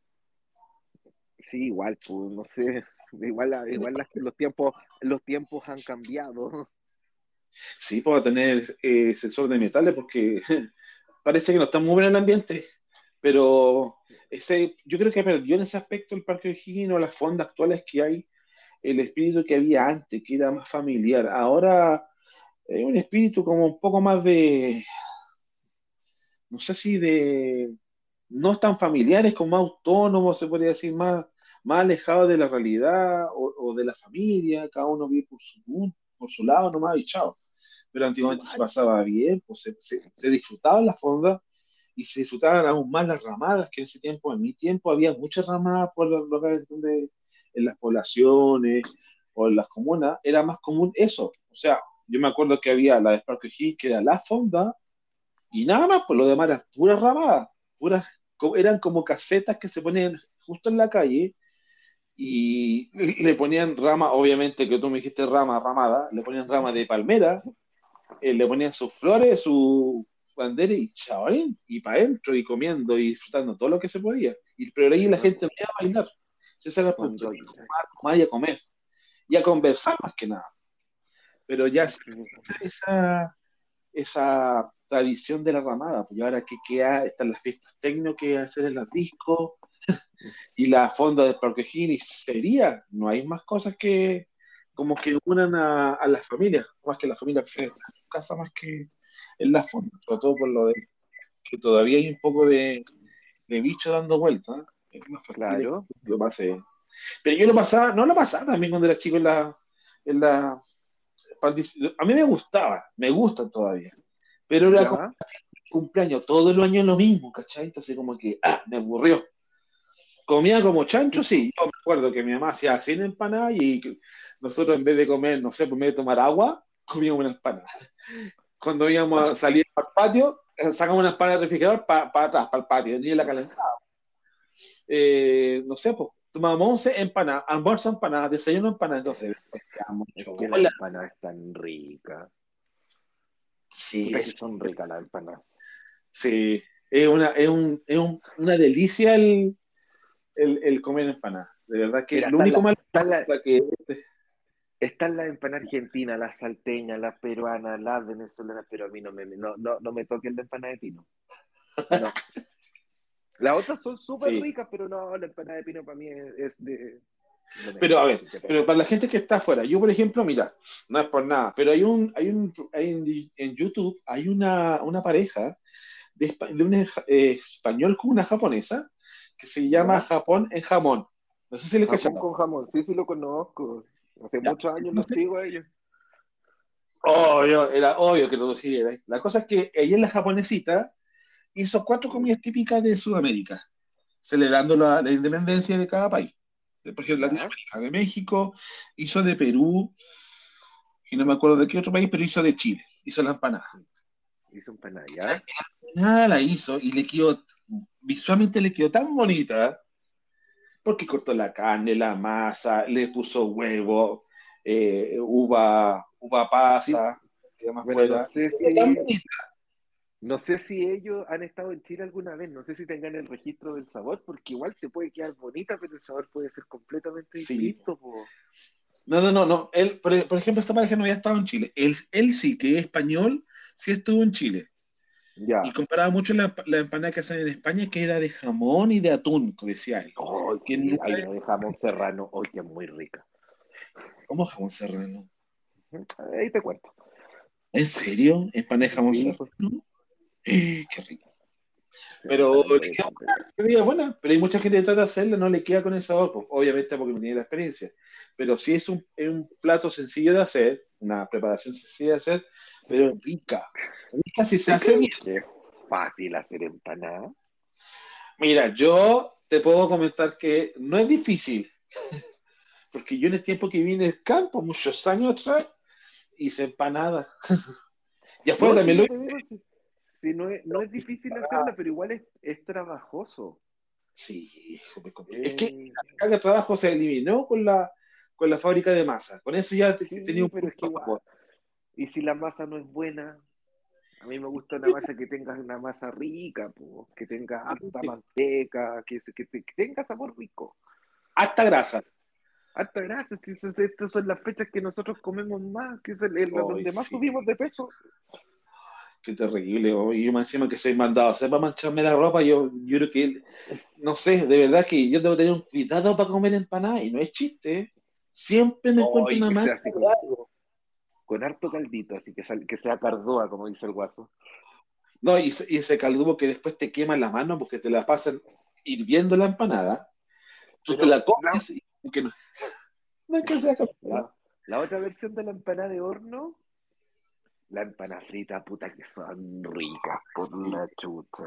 [SPEAKER 1] Sí, igual, pues, no sé. Igual los tiempos han cambiado.
[SPEAKER 2] Sí, pues va a tener sensor de metales porque parece que no está muy bien el ambiente, pero yo creo que perdió en ese aspecto el Parque O'Higgins o las fondas actuales que hay, el espíritu que había antes, que era más familiar. Ahora es un espíritu como un poco más de, no sé si de, no tan familiares, como más autónomos, se podría decir, más alejados de la realidad o de la familia, cada uno vive por su lado nomás y chao. Pero antiguamente se
[SPEAKER 1] Igual,
[SPEAKER 2] pasaba bien, pues se disfrutaban las fondas y se disfrutaban aún más las ramadas, que en ese tiempo, en mi tiempo, había muchas ramadas por los lugares donde, en las poblaciones o en las comunas, era más común eso. O sea, yo me acuerdo que había la de Spark Hill, que era la fonda, y nada más, por lo demás eran puras ramadas, eran como casetas que se ponían justo en la calle y le ponían rama, obviamente que tú me dijiste ramada, le ponían rama de palmera, le ponían sus flores, su bandera y chavalín, y para adentro, y comiendo y disfrutando todo lo que se podía. Pero ahí la
[SPEAKER 1] bueno,
[SPEAKER 2] gente no iba a bailar. Ese era el punto,
[SPEAKER 1] cuando,
[SPEAKER 2] tomar y a comer, y a conversar más que nada. Pero ya esa tradición de la ramada, pues y ahora que queda, están las fiestas tecno que hacer en los discos, y la fonda de Parque Gini sería, no hay más cosas que como que unan a las familias, más que la familia prefiere estar en su casa más que en la fonda, sobre todo por lo de que todavía hay un poco de bicho dando vueltas, ¿eh? Es más factible
[SPEAKER 1] claro,
[SPEAKER 2] que lo pase. Pero yo no lo pasaba también cuando era chico en la a mí me gusta todavía, pero era como
[SPEAKER 1] ya.
[SPEAKER 2] cumpleaños, todos los años lo mismo, ¿cachai? Entonces como que, me aburrió. Comía como chancho, sí. Yo me acuerdo que mi mamá hacía cine empanada y que nosotros en vez de comer, no sé, por vez de tomar agua, comíamos una empanada. Cuando íbamos a salir al patio, sacamos una empanada del refrigerador para atrás, para el patio, ni la calentaba. No sé, pues tomábamos 11 empanadas, almuerzo empanada, desayuno empanada, entonces quedaba
[SPEAKER 1] Es
[SPEAKER 2] mucho
[SPEAKER 1] que la
[SPEAKER 2] bola.
[SPEAKER 1] empanada es tan rica.
[SPEAKER 2] Sí,
[SPEAKER 1] Puta que son ricas las empanadas.
[SPEAKER 2] sí, una delicia el comer empanada. De verdad que
[SPEAKER 1] Mira,
[SPEAKER 2] lo único malo es que
[SPEAKER 1] están las empanadas argentinas, las salteñas, las peruanas, las venezolanas, pero a mí no me toquen la empanada de pino. No. Las otras son súper
[SPEAKER 2] sí.
[SPEAKER 1] ricas, pero no, la empanada de pino para mí es de lo
[SPEAKER 2] Pero a
[SPEAKER 1] mejor
[SPEAKER 2] ver,
[SPEAKER 1] así que
[SPEAKER 2] pero
[SPEAKER 1] tengo.
[SPEAKER 2] para la gente que está afuera, yo por ejemplo, mira, no es por nada, pero en YouTube hay una pareja de un español con una japonesa que se llama
[SPEAKER 1] ¿Ya?
[SPEAKER 2] Japón en jamón. No sé si le
[SPEAKER 1] Japón
[SPEAKER 2] cachaba.
[SPEAKER 1] con jamón, sí, sí lo conozco. Hace
[SPEAKER 2] Ya.
[SPEAKER 1] muchos años los
[SPEAKER 2] Entonces,
[SPEAKER 1] sigo a ellos.
[SPEAKER 2] era obvio que lo siguiera. La cosa es que ella es la japonesita hizo 4 comidas típicas de Sudamérica, celebrando la independencia de cada país. Por ejemplo,
[SPEAKER 1] ¿Ya?
[SPEAKER 2] Latinoamérica, de México, hizo de Perú, y no me acuerdo de qué otro país, pero hizo de Chile, hizo la empanada.
[SPEAKER 1] Hizo empanada,
[SPEAKER 2] ¿Cachai?
[SPEAKER 1] ¿ya?
[SPEAKER 2] Nada la hizo y visualmente le quedó tan bonita, porque cortó la carne, la masa, le puso huevo, uva
[SPEAKER 1] Sí,
[SPEAKER 2] pasa, y demás
[SPEAKER 1] bueno,
[SPEAKER 2] fuera, y se ve tan bonita.
[SPEAKER 1] no sé si ellos han estado en Chile alguna vez, no sé si tengan el registro del sabor, porque igual te puede quedar bonita, pero el sabor puede ser completamente
[SPEAKER 2] Sí.
[SPEAKER 1] distinto, po.
[SPEAKER 2] No. Él, por ejemplo, esta pareja no había estado en Chile. Él sí, que es español, sí estuvo en Chile. Y
[SPEAKER 1] Ya.
[SPEAKER 2] comparaba mucho la empanada que hacen en España, que era de jamón y de atún, decía él.
[SPEAKER 1] Oh,
[SPEAKER 2] Que
[SPEAKER 1] sí,
[SPEAKER 2] nunca,
[SPEAKER 1] hay una de jamón serrano, oh, que es muy rica.
[SPEAKER 2] ¿cómo jamón serrano?
[SPEAKER 1] Ahí te cuento.
[SPEAKER 2] ¿En serio? ¿Empanada de jamón
[SPEAKER 1] Sí,
[SPEAKER 2] serrano?
[SPEAKER 1] pues,
[SPEAKER 2] Qué rico.
[SPEAKER 1] sí,
[SPEAKER 2] Pero
[SPEAKER 1] es
[SPEAKER 2] le
[SPEAKER 1] muy
[SPEAKER 2] queda
[SPEAKER 1] rica.
[SPEAKER 2] buena, se veía buena. Pero hay mucha gente que trata de hacerla, no le queda con el sabor, pues, obviamente porque no tiene la experiencia. Pero sí es un plato sencillo de hacer, una preparación sencilla de hacer, pero rica. Rica si se
[SPEAKER 1] ¿Tú
[SPEAKER 2] hace
[SPEAKER 1] crees
[SPEAKER 2] bien.
[SPEAKER 1] que es fácil hacer empanada?
[SPEAKER 2] Mira, yo te puedo comentar que no es difícil, porque yo en el tiempo que vine del campo, muchos años atrás, hice empanadas. Y afuera
[SPEAKER 1] No, si
[SPEAKER 2] también lo
[SPEAKER 1] yo
[SPEAKER 2] hice.
[SPEAKER 1] te digo, si no es difícil hacerla, pero igual es trabajoso.
[SPEAKER 2] Sí, hijo, es que
[SPEAKER 1] Eh,
[SPEAKER 2] la carga de trabajo se eliminó con la fábrica de masa. Con eso ya tenía
[SPEAKER 1] sí,
[SPEAKER 2] un
[SPEAKER 1] pero es que
[SPEAKER 2] punto a
[SPEAKER 1] igual.
[SPEAKER 2] favor.
[SPEAKER 1] Y si la masa no es buena, a mí me gusta una masa que tenga una masa rica, po, que tenga harta manteca, que tenga sabor rico.
[SPEAKER 2] Harta grasa.
[SPEAKER 1] Harta grasa, si estas son las fechas que nosotros comemos más, que es
[SPEAKER 2] Hoy
[SPEAKER 1] donde más
[SPEAKER 2] sí,
[SPEAKER 1] subimos de peso.
[SPEAKER 2] qué terrible. Oh, y yo me encima que soy mandado a hacer para mancharme la ropa, yo creo que, no sé, de verdad que yo debo tener un cuidado para comer empanada y no es chiste. ¿Eh? Siempre me encuentro
[SPEAKER 1] Hoy
[SPEAKER 2] una
[SPEAKER 1] que sea
[SPEAKER 2] mancha
[SPEAKER 1] así
[SPEAKER 2] de algo.
[SPEAKER 1] con harto caldito, así que sea cardoa, como dice el guaso.
[SPEAKER 2] No, y ese caldubo que después te quema la mano porque te la pasan hirviendo la empanada, tú te
[SPEAKER 1] Pero
[SPEAKER 2] la comes y como que no, no es que sea capaz.
[SPEAKER 1] la otra versión de la empanada de horno, la empanada frita, puta que son ricas, por la chucha.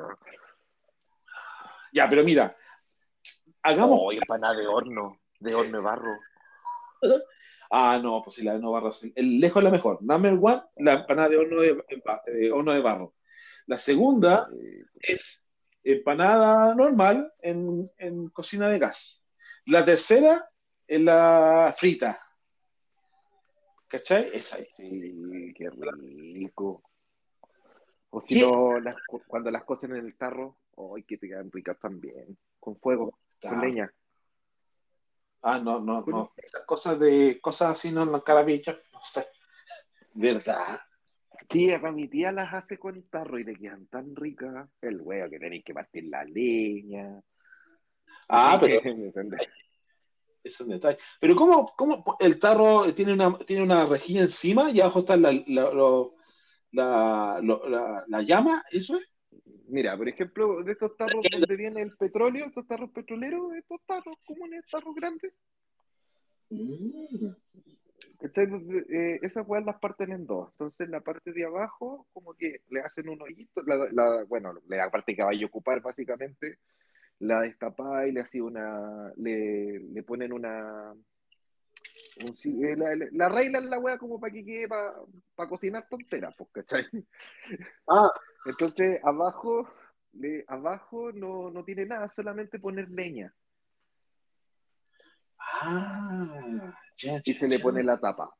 [SPEAKER 2] Ya, pero mira, hagamos.
[SPEAKER 1] Oh, empanada de horno de barro.
[SPEAKER 2] Ah, no, pues si la de no barro, sí. Lejos la mejor. Number one, la empanada de horno de barro. La segunda
[SPEAKER 1] Eh,
[SPEAKER 2] es empanada normal en cocina de gas. La tercera es la frita. ¿Cachai? Esa es.
[SPEAKER 1] sí, qué rico. O si
[SPEAKER 2] ¿Qué?
[SPEAKER 1] no, cuando las cocen en el tarro, ¡ay, que te quedan ricas también! Con fuego, con
[SPEAKER 2] Puta.
[SPEAKER 1] leña.
[SPEAKER 2] Ah, no, no,
[SPEAKER 1] Con-
[SPEAKER 2] no. Esas cosas así no, no, carabillas, no sé. ¿Verdad?
[SPEAKER 1] Sí, acá mi tía las hace con tarro y te quedan tan ricas. El huevo que tenéis que partir la leña. Que
[SPEAKER 2] Ah,
[SPEAKER 1] tenéis
[SPEAKER 2] pero
[SPEAKER 1] que, ¿me entendés?
[SPEAKER 2] es un detalle. Pero ¿cómo el tarro tiene una rejilla encima y abajo está la llama? ¿Eso es?
[SPEAKER 1] Mira, por ejemplo, de estos tarros donde viene el petróleo, estos tarros petroleros, estos tarros comunes, tarros grandes,
[SPEAKER 2] Mm.
[SPEAKER 1] ¿cachai? Esas weas las parten en dos. Entonces, la parte de abajo, como que le hacen un hoyito, bueno, la parte que vaya a ocupar, básicamente, la destapá y le hacía le ponen la arreglan la wea como para que quede para cocinar tonteras, pues, ¿cachai?
[SPEAKER 2] Ah,
[SPEAKER 1] Entonces, abajo no tiene nada, solamente poner leña
[SPEAKER 2] ya,
[SPEAKER 1] y
[SPEAKER 2] ya,
[SPEAKER 1] se le
[SPEAKER 2] ya.
[SPEAKER 1] pone la tapa.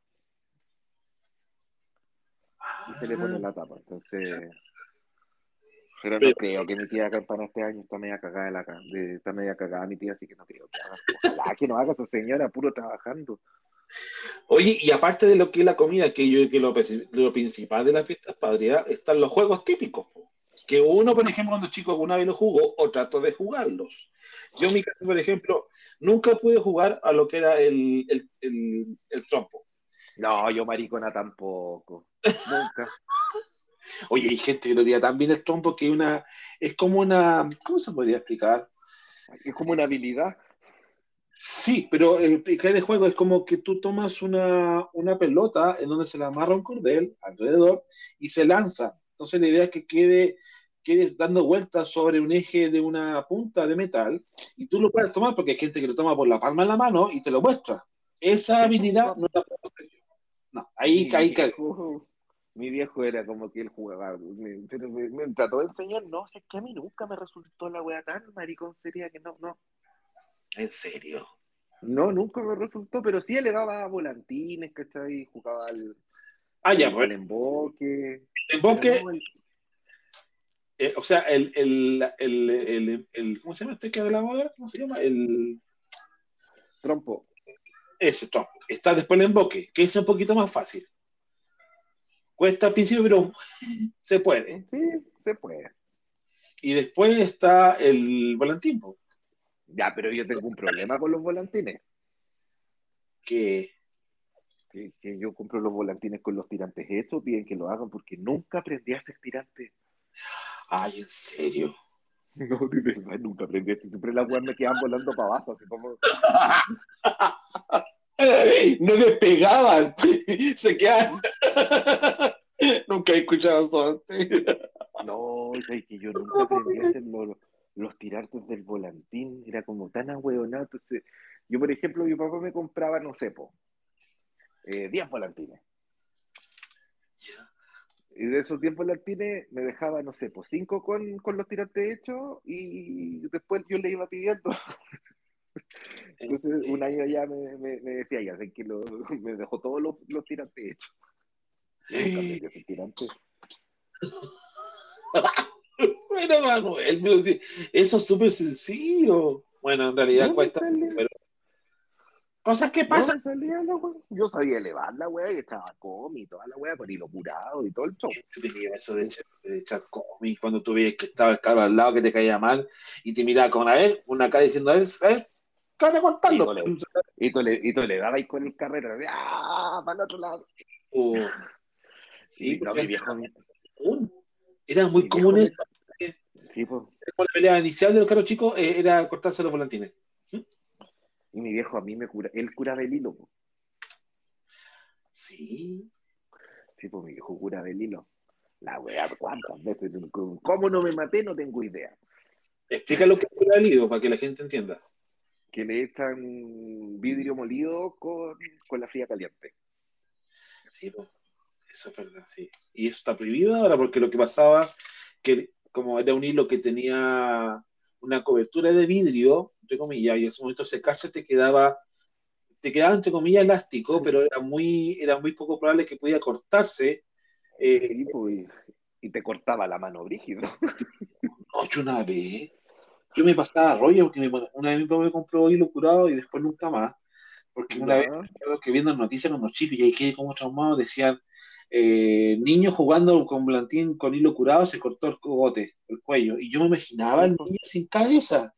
[SPEAKER 1] Y se le pone
[SPEAKER 2] Ah,
[SPEAKER 1] la tapa. Entonces, pero no
[SPEAKER 2] pero,
[SPEAKER 1] creo que mi tía acá para este año está media cagada está media cagada mi tía, así que no creo que haga. Ojalá que no haga esa señora puro trabajando.
[SPEAKER 2] oye, y aparte de lo que es la comida, que yo creo que lo principal de las fiestas patrias están los juegos típicos, po. Que uno, por ejemplo, cuando chico alguna vez lo jugó o trató de jugarlos. Yo, en mi caso, por ejemplo, nunca pude jugar a lo que era el trompo.
[SPEAKER 1] No, yo maricona tampoco. Nunca.
[SPEAKER 2] Oye, hay gente que lo diga también el trompo, es como ¿cómo se podría explicar?
[SPEAKER 1] Es como una habilidad.
[SPEAKER 2] Sí, pero explicar el juego es como que tú tomas una pelota en donde se le amarra un cordel alrededor y se lanza. Entonces la idea es que quedes dando vueltas sobre un eje de una punta de metal y tú lo puedes tomar porque hay gente que lo toma por la palma de la mano y te lo muestra. Esa
[SPEAKER 1] Sí, pues
[SPEAKER 2] habilidad no la puedo hacer yo. No, ahí
[SPEAKER 1] mi
[SPEAKER 2] caí.
[SPEAKER 1] viejo, mi viejo era como que él jugaba, pero me trató de enseñar, no, es que a mí nunca me resultó la wea tan maricón sería que no.
[SPEAKER 2] En serio.
[SPEAKER 1] No, nunca me resultó, pero sí elevaba volantines, ¿cachai? Jugaba
[SPEAKER 2] Ah, ya, pues.
[SPEAKER 1] al emboque,
[SPEAKER 2] En
[SPEAKER 1] pero
[SPEAKER 2] bosque,
[SPEAKER 1] no,
[SPEAKER 2] o sea, ¿cómo se llama este que de la moda? ¿Cómo se llama?
[SPEAKER 1] trompo.
[SPEAKER 2] Ese top. Está después el emboque, que es un poquito más fácil. Cuesta al principio, pero se puede.
[SPEAKER 1] Sí, se puede.
[SPEAKER 2] Y después está el volantín, po,
[SPEAKER 1] Ya, pero yo tengo un problema con los volantines.
[SPEAKER 2] que,
[SPEAKER 1] Que yo compro los volantines con los tirantes hechos, piden que lo hagan porque nunca aprendí a hacer tirantes.
[SPEAKER 2] ay, en serio.
[SPEAKER 1] No, de verdad, nunca aprendí. Siempre las weas me quedan volando para abajo, así como.
[SPEAKER 2] No despegaban, se quedaban. Nunca he escuchado eso antes.
[SPEAKER 1] No, es que yo nunca aprendí a hacer los tirantes del volantín, era como tan ahueonado. Entonces, yo, por ejemplo, mi papá me compraba, no sé, 10 volantines. Y de esos 10 volantines me dejaba, no sé, 5 con los tirantes hechos y después yo le iba pidiendo. Entonces, un año ya me decía, ya sé que me dejó todos los tirantes hechos. Yo nunca aprendí a hacer tirantes.
[SPEAKER 2] Bueno, Manuel, pero sí, eso es súper sencillo. Bueno, en realidad
[SPEAKER 1] No me
[SPEAKER 2] cuesta,
[SPEAKER 1] salía,
[SPEAKER 2] pero cosas que
[SPEAKER 1] no
[SPEAKER 2] pasan.
[SPEAKER 1] me salía la wea. Yo sabía elevar la wea y echaba comi y toda la wea con hilo curado y todo el show.
[SPEAKER 2] Yo tenía eso de echar cómic cuando tú veías que estaba el cabro al lado que te caía mal y te miraba con a él, una cara diciendo a él, trata de
[SPEAKER 1] Y
[SPEAKER 2] cortarlo.
[SPEAKER 1] tú le dabas con el carrero, ¡ah! Para el otro lado.
[SPEAKER 2] Oh, sí,
[SPEAKER 1] No,
[SPEAKER 2] porque
[SPEAKER 1] mi
[SPEAKER 2] antes
[SPEAKER 1] viejo,
[SPEAKER 2] común. Era muy
[SPEAKER 1] mi viejo
[SPEAKER 2] común
[SPEAKER 1] me.
[SPEAKER 2] eso.
[SPEAKER 1] Sí, pues.
[SPEAKER 2] Como la pelea inicial de los caros chicos era cortarse los volantines. ¿Mm?
[SPEAKER 1] Y mi viejo a mí él curaba el hilo, po.
[SPEAKER 2] Sí.
[SPEAKER 1] Sí, pues mi viejo curaba el hilo. La wea, ¿cuántas veces? ¿Cómo no me maté? No tengo idea.
[SPEAKER 2] Explica lo que es el hilo para que la gente entienda.
[SPEAKER 1] Que le echan vidrio molido con la fría caliente.
[SPEAKER 2] Sí, pues, eso es verdad, sí. Y eso está prohibido ahora porque lo que pasaba, que como era un hilo que tenía una cobertura de vidrio, entre comillas, y en ese momento secarse te quedaba entre comillas elástico, pero era muy poco probable que pudiera cortarse. Eh,
[SPEAKER 1] Sí, pues. Y te cortaba la mano brígido.
[SPEAKER 2] Ocho una vez. Yo me pasaba rollo porque una vez mi papá me compró hilo curado y después nunca más. Porque una vez
[SPEAKER 1] Ya.
[SPEAKER 2] recuerdo que viendo noticias en unos chicos y ahí quedé como traumado, decían, niño jugando con volantín con hilo curado se cortó el cogote, el cuello. Y yo me imaginaba
[SPEAKER 1] Sí,
[SPEAKER 2] al
[SPEAKER 1] pues.
[SPEAKER 2] niño sin cabeza.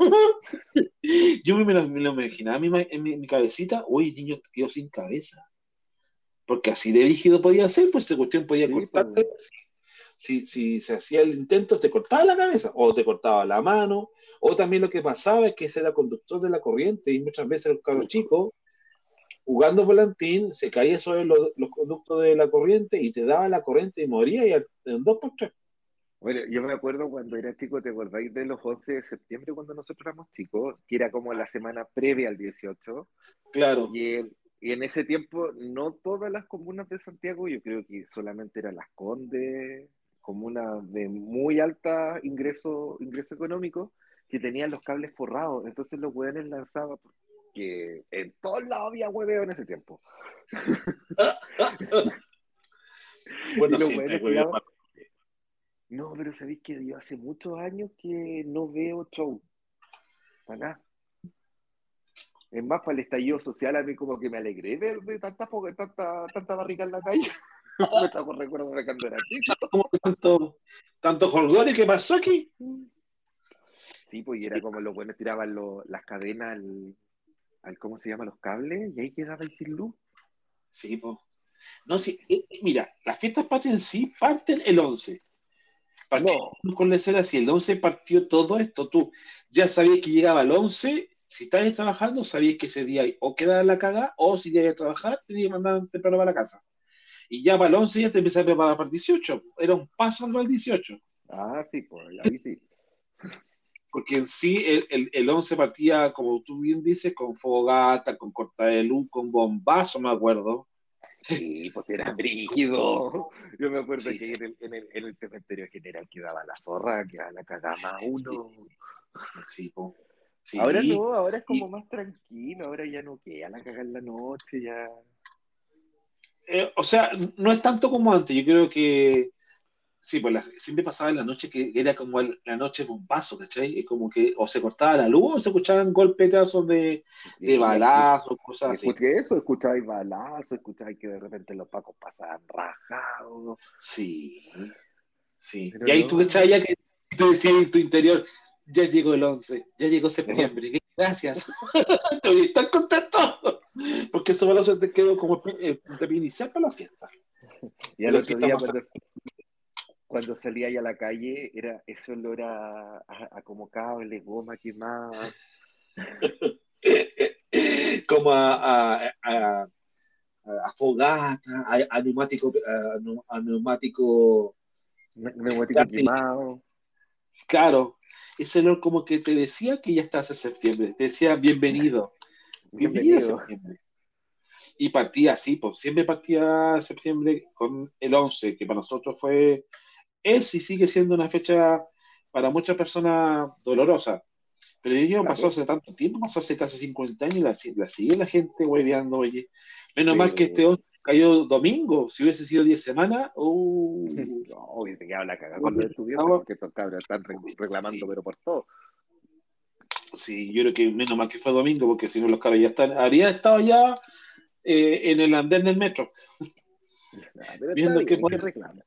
[SPEAKER 2] Me lo imaginaba en mi cabecita, uy, el niño quedó sin cabeza. Porque así de rígido podía ser, pues esa cuestión podía
[SPEAKER 1] Sí,
[SPEAKER 2] cortarte.
[SPEAKER 1] pues.
[SPEAKER 2] Si se hacía el intento, te cortaba la cabeza, o te cortaba la mano, o también lo que pasaba es que ese era conductor de la corriente, y muchas veces los cabros chicos jugando volantín, se caía sobre los conductos de la corriente y te daba la corriente y moría y en dos por tres.
[SPEAKER 1] Bueno, yo me acuerdo cuando era chico, ¿te acordáis de los 11 de septiembre cuando nosotros éramos chicos? Que era como la semana previa al 18.
[SPEAKER 2] Claro,
[SPEAKER 1] Y en ese tiempo, no todas las comunas de Santiago, yo creo que solamente eran Las Condes, comunas de muy alta ingreso económico, que tenían los cables forrados. Entonces los hueones lanzaban, porque en todos lados había hueveo en ese tiempo. Y
[SPEAKER 2] bueno,
[SPEAKER 1] los
[SPEAKER 2] siempre
[SPEAKER 1] hueones
[SPEAKER 2] hay huevos
[SPEAKER 1] tiraban.
[SPEAKER 2] más.
[SPEAKER 1] No, pero sabéis que yo hace muchos años que no veo show. Para nada. Es más, para el estallido social, a mí como que me alegré de tanta barrica en la calle. Me trajo recuerdos de cuando era chico.
[SPEAKER 2] ¿Cómo que tanto jolgorio que pasó aquí?
[SPEAKER 1] Sí, pues y era
[SPEAKER 2] Sí,
[SPEAKER 1] como los buenos tiraban las cadenas ¿cómo se llama? Los cables, y ahí quedaba ahí sin luz.
[SPEAKER 2] sí, pues. No, sí, mira, las fiestas patrias en sí parten el 11. Partió
[SPEAKER 1] No,
[SPEAKER 2] con la escena, si el 11 partió todo esto, tú ya sabías que llegaba el 11, si estabas trabajando, sabías que ese día o quedaba la cagada, o si ibas a trabajar, tenías que mandar temprano para la casa. Y ya para el 11 ya te empezás a preparar para el 18. Era un paso al 18.
[SPEAKER 1] ah, sí, pues ahí sí.
[SPEAKER 2] Porque en sí el 11 partía, como tú bien dices, con fogata, con corta de luz, con bombazo, me acuerdo.
[SPEAKER 1] Sí, pues era brígido. Yo me acuerdo
[SPEAKER 2] Sí,
[SPEAKER 1] que en el cementerio general quedaba la zorra, quedaba la cagama
[SPEAKER 2] sí,
[SPEAKER 1] uno.
[SPEAKER 2] sí, po.
[SPEAKER 1] Ahora
[SPEAKER 2] Sí.
[SPEAKER 1] no, ahora es como
[SPEAKER 2] Y,
[SPEAKER 1] más tranquilo, ahora ya no queda la caga en la noche, ya.
[SPEAKER 2] o sea, no es tanto como antes, yo creo que sí, pues siempre pasaba en la noche que era como la noche bombazo, ¿cachai? Es como que o se cortaba la luz o se escuchaban golpetazos de
[SPEAKER 1] Y aquí,
[SPEAKER 2] balazos, cosas
[SPEAKER 1] y
[SPEAKER 2] así.
[SPEAKER 1] escuché eso, escucháis balazos, escucháis que de repente los pacos pasaban rajados,
[SPEAKER 2] Sí, sí.
[SPEAKER 1] pero
[SPEAKER 2] Y ahí
[SPEAKER 1] no,
[SPEAKER 2] tú echabas
[SPEAKER 1] ahora.
[SPEAKER 2] ya que tú decías en tu interior, ya llegó el 11 ya llegó septiembre, gracias. Estoy tan contento. Porque esos balazos te quedó como el puntapié inicial para la fiesta.
[SPEAKER 1] Y al
[SPEAKER 2] Pero sí
[SPEAKER 1] otro día
[SPEAKER 2] estamos.
[SPEAKER 1] cuando salía ahí a la calle, era eso olor a como cable, goma quemada.
[SPEAKER 2] como a fogata, a neumático
[SPEAKER 1] Neumático
[SPEAKER 2] carne.
[SPEAKER 1] quemado.
[SPEAKER 2] Claro, ese olor como que te decía que ya estás en septiembre, te decía bienvenido, bienvenido a
[SPEAKER 1] Bienvenido.
[SPEAKER 2] septiembre. Y partía así, pues siempre partía septiembre con el 11, que para nosotros es y sigue siendo una fecha para muchas personas dolorosa. Pero yo pasó
[SPEAKER 1] Claro.
[SPEAKER 2] hace tanto tiempo, pasó hace casi 50 años, y la sigue la gente hueveando, oye. Menos mal que este
[SPEAKER 1] Sí.
[SPEAKER 2] 11 cayó domingo, si hubiese sido 10 semanas,
[SPEAKER 1] No, y se queda la cagada con los estudiantes porque estos cabros están reclamando,
[SPEAKER 2] sí,
[SPEAKER 1] pero por todo.
[SPEAKER 2] sí, yo creo que menos mal que fue domingo, porque si no los cabros ya habría estado ya en el andén del metro,
[SPEAKER 1] Ah, pero está
[SPEAKER 2] viendo qué
[SPEAKER 1] bien que
[SPEAKER 2] poner.
[SPEAKER 1] reclamen.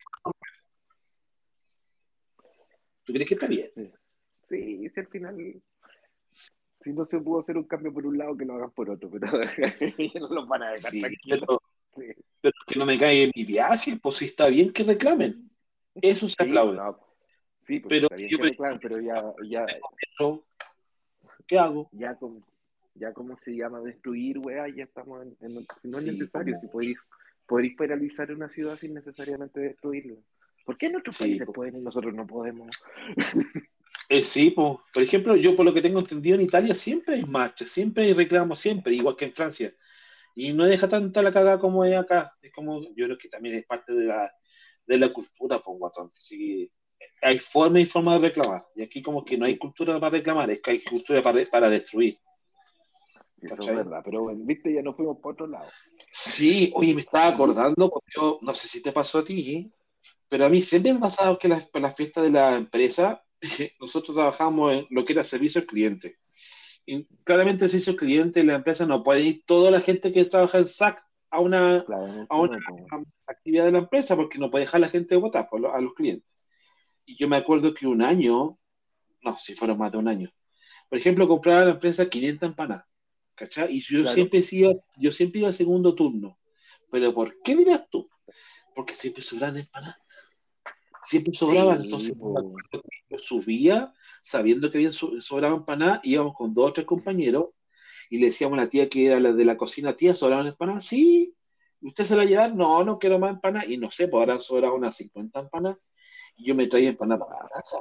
[SPEAKER 2] ¿Tú crees que está bien?
[SPEAKER 1] Sí, sí, si al final, si no se pudo hacer un cambio por un lado, que lo hagan por otro, pero ellos no los van a dejar
[SPEAKER 2] Sí,
[SPEAKER 1] tranquilos. Sí,
[SPEAKER 2] pero que no me caiga en mi viaje, pues sí está bien que reclamen, eso se
[SPEAKER 1] sí,
[SPEAKER 2] aplaude.
[SPEAKER 1] no, sí, pues
[SPEAKER 2] Pero
[SPEAKER 1] está bien
[SPEAKER 2] yo
[SPEAKER 1] que
[SPEAKER 2] me
[SPEAKER 1] reclamen, pero
[SPEAKER 2] metro, ¿qué hago?
[SPEAKER 1] ya, ya como se llama destruir, weá, ya estamos si no es
[SPEAKER 2] Sí,
[SPEAKER 1] necesario, si podéis paralizar una ciudad sin necesariamente destruirla. ¿Por qué en otros
[SPEAKER 2] sí,
[SPEAKER 1] países pueden y nosotros no podemos?
[SPEAKER 2] sí, po. Por ejemplo, yo por lo que tengo entendido en Italia siempre hay marchas, siempre hay reclamos, siempre, igual que en Francia. Y no deja tanta la cagada como es acá. Es como, yo creo que también es parte de la cultura, pues, guatón. Sí, hay forma y forma de reclamar. Y aquí como que no hay
[SPEAKER 1] Sí,
[SPEAKER 2] cultura para reclamar, es que hay cultura para destruir.
[SPEAKER 1] sí, eso es
[SPEAKER 2] ¿Cachai?
[SPEAKER 1] verdad, pero bueno, viste, ya nos fuimos para otro lado.
[SPEAKER 2] Sí, oye, me estaba acordando, porque yo no sé si te pasó a ti, pero a mí siempre me ha pasado que para las fiestas de la empresa, nosotros trabajamos en lo que era servicio al cliente. Y claramente el servicio al cliente en la empresa no puede ir toda la gente que trabaja en SAC a
[SPEAKER 1] Claramente
[SPEAKER 2] una
[SPEAKER 1] no, pues.
[SPEAKER 2] actividad de la empresa porque no puede dejar a la gente votar a los clientes. Y yo me acuerdo que un año, no, si fueron más de un año, por ejemplo, compraba a la empresa 500 empanadas, ¿cachai? Y
[SPEAKER 1] Claro.
[SPEAKER 2] yo siempre iba al segundo turno. ¿Pero por qué dirás tú? Porque siempre sobraban empanadas, siempre sobraban.
[SPEAKER 1] Sí,
[SPEAKER 2] Entonces, me
[SPEAKER 1] pues.
[SPEAKER 2] acuerdo que yo subía sabiendo que había sobraban empanadas, íbamos con dos o tres compañeros y le decíamos a la tía que era la de la cocina, tía, ¿sobraban empanadas? Sí. ¿Usted se la lleva? No, no quiero más empanadas. Y no sé, pues ahora sobraban unas 50 empanadas y yo me traía empanadas para la casa.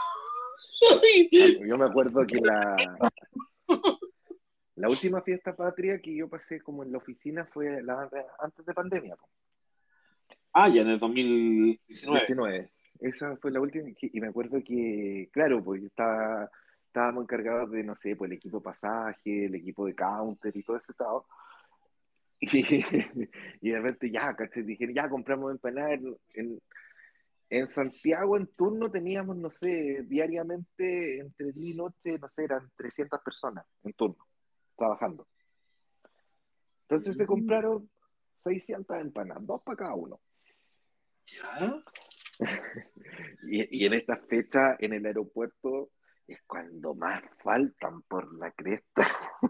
[SPEAKER 1] Yo me acuerdo que la última fiesta patria que yo pasé como en la oficina fue antes de pandemia, po.
[SPEAKER 2] Ah, ya en el 2019.
[SPEAKER 1] 19. Esa fue la última. Y me acuerdo que, claro, pues estábamos encargados de, no sé, pues el equipo pasaje, el equipo de counter y todo ese estado. Y, y de repente ya, ¿cachai? Dijeron, ya compramos empanadas en Santiago en turno teníamos, no sé, diariamente entre día y noche, no sé, eran 300 personas en turno, trabajando. Entonces se
[SPEAKER 2] Mm,
[SPEAKER 1] compraron 600 empanadas, dos para cada uno.
[SPEAKER 2] ya.
[SPEAKER 1] Y en estas fechas en el aeropuerto es cuando más faltan por la cresta.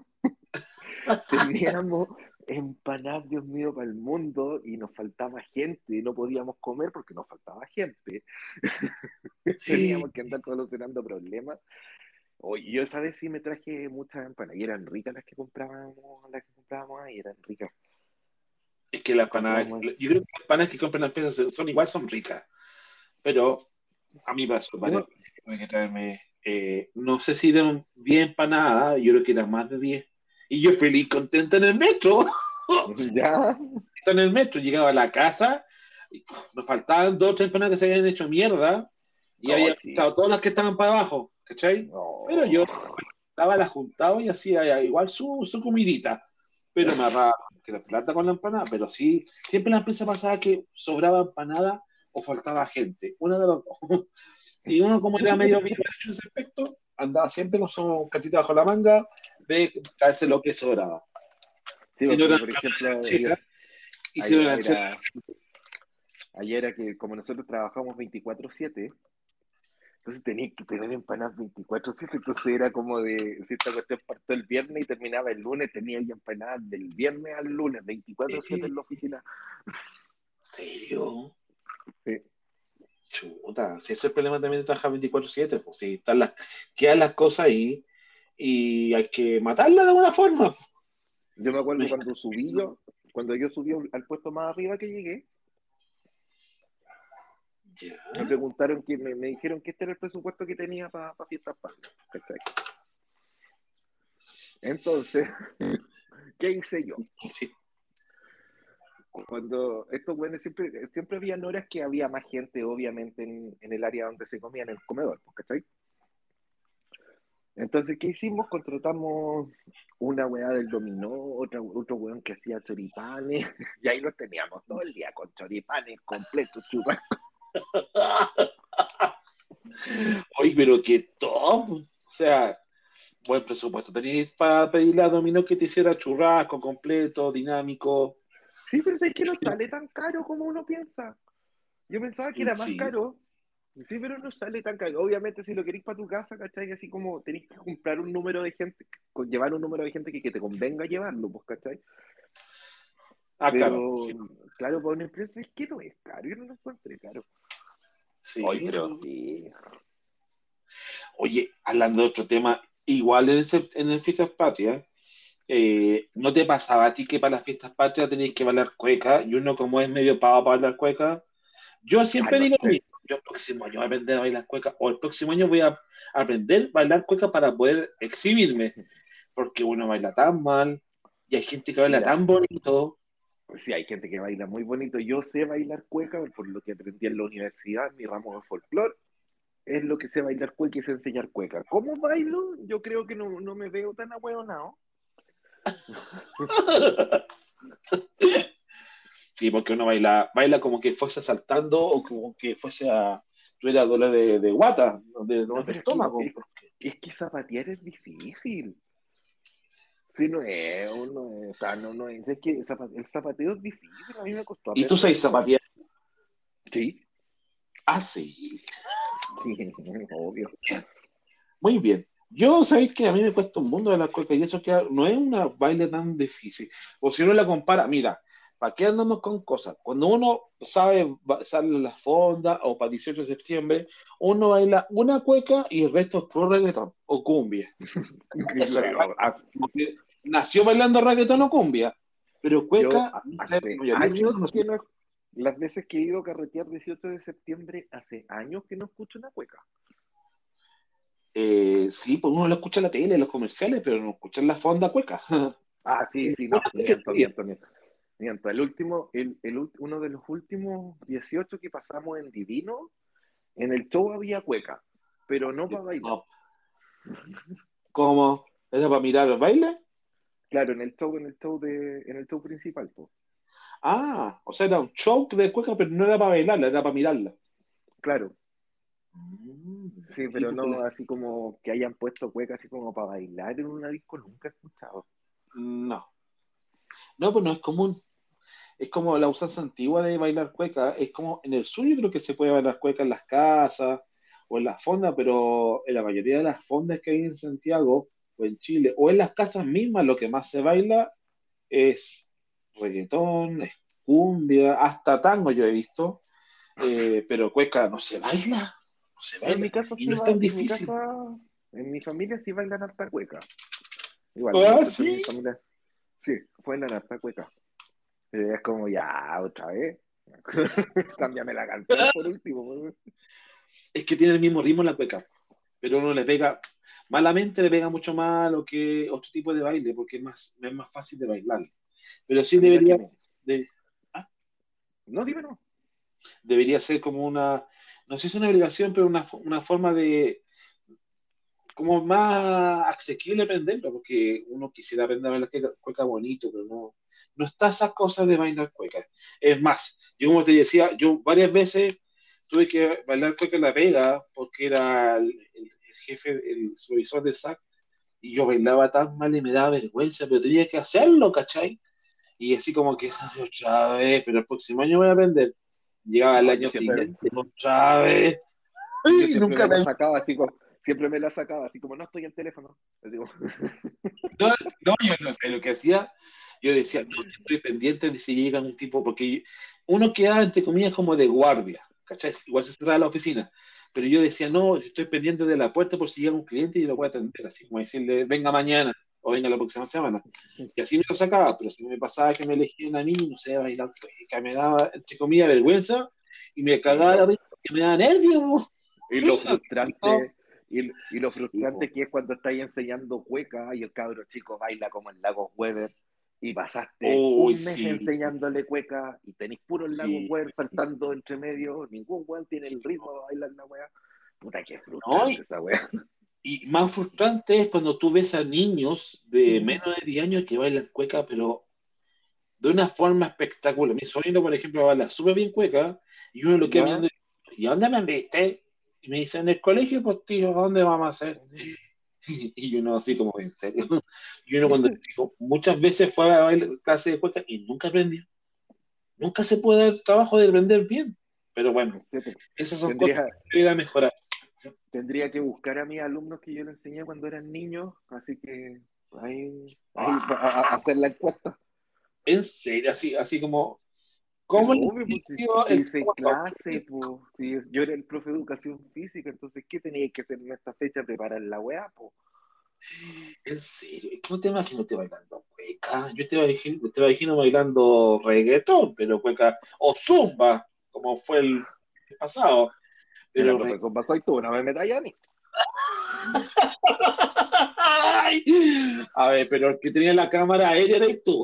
[SPEAKER 1] Teníamos empanadas, Dios mío, para el mundo y nos faltaba gente y no podíamos comer porque nos faltaba gente. Teníamos que andar solucionando problemas. Oye, yo esa vez sí me traje muchas empanadas y eran ricas las que comprábamos ahí, eran ricas.
[SPEAKER 2] Es que las empanadas,
[SPEAKER 1] Compramos,
[SPEAKER 2] yo creo que las empanadas que compran las empresas son igual, son ricas, pero a mí pasó
[SPEAKER 1] yo
[SPEAKER 2] varias veces que tuve que traerme, no sé si eran 10 empanadas, yo creo que eran más de 10. Y yo feliz, contento en el metro,
[SPEAKER 1] ya,
[SPEAKER 2] en el metro, llegaba a la casa, y me faltaban dos o tres empanadas que se habían hecho mierda, y
[SPEAKER 1] oh,
[SPEAKER 2] había
[SPEAKER 1] sí,
[SPEAKER 2] estado todas las que estaban para abajo, ¿cachai? Pero yo
[SPEAKER 1] no.
[SPEAKER 2] estaba la juntaba y hacía igual su comidita, pero me ahorraba que la plata con la empanada, pero sí, siempre en la empresa pasaba que sobraba empanada o faltaba gente, una de los dos. Y uno como era medio bien hecho en ese aspecto, andaba siempre con su catita bajo la manga de traerse lo que sobraba.
[SPEAKER 1] Sí,
[SPEAKER 2] Si no
[SPEAKER 1] porque
[SPEAKER 2] eran
[SPEAKER 1] por ejemplo,
[SPEAKER 2] chicas, y si no
[SPEAKER 1] allá
[SPEAKER 2] eran chicas,
[SPEAKER 1] era, allá era que como nosotros trabajamos 24/7, entonces tenías que tener empanadas 24/7, entonces era como de, si esta cuestión partió el viernes y terminaba el lunes, tenía ya empanadas del viernes al lunes, 24/7
[SPEAKER 2] ¿en
[SPEAKER 1] en la oficina.
[SPEAKER 2] serio?
[SPEAKER 1] Sí,
[SPEAKER 2] Chuta, si ese es el problema también de trabajar 24/7, pues si están quedan las cosas ahí y hay que matarlas de alguna forma.
[SPEAKER 1] Yo me acuerdo cuando yo subí al puesto más arriba que llegué,
[SPEAKER 2] Ya.
[SPEAKER 1] me preguntaron, me dijeron que este era el presupuesto que tenía para fiestas patrias. ¿Cachai? Entonces, ¿qué hice yo?
[SPEAKER 2] Sí.
[SPEAKER 1] Cuando estos güeyes siempre había horas que había más gente, obviamente, en el área donde se comía, en el comedor, pues, ¿cachai? Entonces, ¿qué hicimos? Contratamos una weá del dominó, otro weón que hacía choripanes, y ahí nos teníamos todo el día con choripanes completos, churrascos.
[SPEAKER 2] Oye, pero qué top. O sea, buen presupuesto. Tenías para pedirle a Dominó que te hiciera churrasco completo, dinámico.
[SPEAKER 1] Sí, pero es que no sale tan caro como uno piensa. Yo pensaba que era más
[SPEAKER 2] Sí,
[SPEAKER 1] caro. Sí, pero no sale tan caro. Obviamente, si lo queréis para tu casa, ¿cachai? Así como tenéis que comprar un número de gente, llevar un número de gente que te convenga llevarlo, pues, ¿cachai?
[SPEAKER 2] claro.
[SPEAKER 1] Pero, claro, para una empresa es que no es caro. Yo no lo encontré caro. Hoy,
[SPEAKER 2] Sí.
[SPEAKER 1] pero sí.
[SPEAKER 2] Oye, hablando de otro tema, igual en el Fiestas Patrias, ¿no te pasaba a ti que para las Fiestas Patrias tenías que bailar cueca y uno como es medio pavo para bailar cueca? Yo
[SPEAKER 1] Ah,
[SPEAKER 2] siempre
[SPEAKER 1] no
[SPEAKER 2] digo lo
[SPEAKER 1] sé.
[SPEAKER 2] mismo, yo el próximo año voy a aprender a bailar cueca o el próximo año voy a aprender a bailar cueca para poder exhibirme, porque uno baila tan mal y hay gente que baila
[SPEAKER 1] Mira,
[SPEAKER 2] tan bonito.
[SPEAKER 1] pues sí, hay gente que baila muy bonito. Yo sé bailar cueca por lo que aprendí en la universidad, en mi ramo de folclore. Es lo que sé bailar cueca y sé enseñar cueca. ¿Cómo bailo? Yo creo que no me veo tan ahueonado.
[SPEAKER 2] Sí, porque uno baila como que fuese saltando o como que fuese a tuviera dolor de guata,
[SPEAKER 1] No,
[SPEAKER 2] dolor de
[SPEAKER 1] pero
[SPEAKER 2] estómago.
[SPEAKER 1] es que zapatear es difícil. Si no es, o sea, no es que el zapateo es difícil. A mí me costó
[SPEAKER 2] Y tú sabes
[SPEAKER 1] aprenderlo.
[SPEAKER 2] zapatear.
[SPEAKER 1] Sí,
[SPEAKER 2] Ah, sí.
[SPEAKER 1] sí, obvio.
[SPEAKER 2] Muy bien. Yo sabéis que a mí me cuesta un mundo de las cuecas y eso que no es una baile tan difícil. O si uno la compara, mira, ¿para qué andamos con cosas? Cuando uno sabe, sale la fonda o para 18 de septiembre, uno baila una cueca y el resto es puro reggaetón o cumbia. Eso es.
[SPEAKER 1] Claro,
[SPEAKER 2] Porque nació bailando reggaetón o cumbia, pero
[SPEAKER 1] yo
[SPEAKER 2] cueca, la
[SPEAKER 1] hace
[SPEAKER 2] mayoría no
[SPEAKER 1] años
[SPEAKER 2] conoce.
[SPEAKER 1] que no, las veces que he ido a carretear 18 de septiembre, hace años que no escucho una cueca.
[SPEAKER 2] Sí, pues uno lo escucha en la tele, en los comerciales, pero no escucha en la fonda cueca.
[SPEAKER 1] Ah, sí, sí,
[SPEAKER 2] Una
[SPEAKER 1] no,
[SPEAKER 2] vez que
[SPEAKER 1] miento,
[SPEAKER 2] estoy.
[SPEAKER 1] miento, miento. Miento, uno de los últimos 18 que pasamos en Divino, en el show había cueca, pero no para bailar.
[SPEAKER 2] No, ¿cómo? ¿Era para mirar el baile?
[SPEAKER 1] Claro, en el show principal, pues.
[SPEAKER 2] Ah, o sea, era un show de cueca, pero no era para bailarla, era para mirarla.
[SPEAKER 1] Claro,
[SPEAKER 2] Mm,
[SPEAKER 1] sí,
[SPEAKER 2] sí,
[SPEAKER 1] pero
[SPEAKER 2] porque
[SPEAKER 1] no así como que hayan puesto cueca así como para bailar en una disco, nunca he escuchado.
[SPEAKER 2] no, no, pues no es común. Es como la usanza antigua de bailar cueca. Es como en el sur, yo creo que se puede bailar cueca en las casas o en las fondas, pero en la mayoría de las fondas que hay en Santiago o en Chile o en las casas mismas, lo que más se baila es reggaetón, es cumbia, hasta tango yo he visto, pero cueca no se baila, no se
[SPEAKER 1] No, en
[SPEAKER 2] baila.
[SPEAKER 1] mi casa
[SPEAKER 2] Y
[SPEAKER 1] sí
[SPEAKER 2] no es
[SPEAKER 1] va,
[SPEAKER 2] tan
[SPEAKER 1] en mi
[SPEAKER 2] difícil.
[SPEAKER 1] casa, en mi familia sí bailan harta cueca. Igual,
[SPEAKER 2] Ah,
[SPEAKER 1] muchos de mi
[SPEAKER 2] sí.
[SPEAKER 1] familia sí, bailan harta cueca. Es como ya, otra vez. Cámbiame la canción por último, pues.
[SPEAKER 2] Es que tiene el mismo ritmo la cueca, pero uno le pega, malamente le pega mucho más a lo que otro tipo de baile, porque es más fácil de bailar. Pero sí
[SPEAKER 1] A mí la que
[SPEAKER 2] debería,
[SPEAKER 1] me.
[SPEAKER 2] de- ah,
[SPEAKER 1] No, dime no.
[SPEAKER 2] debería ser como una, no sé si es una obligación, pero una forma de, como más asequible aprenderlo, porque uno quisiera aprender a bailar cueca bonito, pero no está esas cosas de bailar cueca. Es más, yo como te decía, yo varias veces tuve que bailar cueca en la pega, porque era el jefe, el supervisor de SAC, y yo bailaba tan mal y me daba vergüenza, pero tenía que hacerlo, ¿cachai? Y así como que, "Ay, otra vez, pero el próximo año voy a aprender". Llegaba el
[SPEAKER 1] No,
[SPEAKER 2] año siguiente, otra vez,
[SPEAKER 1] yo
[SPEAKER 2] ¡ay!
[SPEAKER 1] siempre
[SPEAKER 2] Nunca
[SPEAKER 1] me la
[SPEAKER 2] me...
[SPEAKER 1] sacaba así como, siempre me la sacaba así como, no estoy en teléfono. Les digo,
[SPEAKER 2] No, no, yo no sé lo que hacía. Yo decía, no, estoy pendiente de si llega un tipo, porque uno queda, entre comillas, como de guardia, ¿cachai? Igual se cerraba la oficina. Pero yo decía, no, estoy pendiente de la puerta por si llega un cliente y lo voy a atender, así como decirle, venga mañana. o venga la próxima semana. Y así me lo sacaba, pero si me pasaba que me elegían a mí, no sé, bailar cueca, me daba, entre comillas, vergüenza, y me
[SPEAKER 1] Sí,
[SPEAKER 2] cagaba la risa porque me daba nervios.
[SPEAKER 1] y lo frustrante, y lo
[SPEAKER 2] Sí,
[SPEAKER 1] frustrante que es cuando estáis enseñando cueca y el cabro chico baila como el Lago Weber y pasaste
[SPEAKER 2] uy,
[SPEAKER 1] un mes
[SPEAKER 2] sí,
[SPEAKER 1] enseñándole cueca y tenéis puro el Lago
[SPEAKER 2] sí.
[SPEAKER 1] Weber saltando entre medio, ningún weón tiene el ritmo de bailar la wea. Puta que
[SPEAKER 2] ¿No?
[SPEAKER 1] frustrante esa wea.
[SPEAKER 2] Y más frustrante es cuando tú ves a niños de menos de 10 años que bailan cueca, pero de una forma espectacular. Mi sobrino, por ejemplo, baila súper bien cueca, y uno lo queda
[SPEAKER 1] ¿Ya?
[SPEAKER 2] mirando y ¿a dónde me viste? Y me dice, en el colegio, pues tío, ¿a dónde vamos a hacer? Y uno así como, ¿en serio? Y uno cuando dijo, muchas veces fue a bailar clase de cueca y nunca aprendió. Nunca se puede dar el trabajo de aprender bien. Pero bueno, esas son cosas
[SPEAKER 1] Tendría,
[SPEAKER 2] que debería mejorar.
[SPEAKER 1] tendría que buscar a mis alumnos que yo les enseñé cuando eran niños, así que ahí
[SPEAKER 2] Ah,
[SPEAKER 1] hacer la encuesta.
[SPEAKER 2] en serio, así como, ¿cómo
[SPEAKER 1] Pero
[SPEAKER 2] le
[SPEAKER 1] obvio, pues
[SPEAKER 2] inicio
[SPEAKER 1] si
[SPEAKER 2] el
[SPEAKER 1] hice clase, pues si yo era el profe de educación física, entonces ¿qué tenía que hacer en esta fecha? Preparar la weá, pues.
[SPEAKER 2] en serio? ¿Cómo te imaginas te bailando cueca? Yo te imagino bailando reggaetón, pero cueca, o zumba, como fue el pasado.
[SPEAKER 1] Mira,
[SPEAKER 2] Pero
[SPEAKER 1] profesor, vas y tú, no me metas ya a mí.
[SPEAKER 2] Ay, a ver, pero el que tenía la cámara aérea eres tú.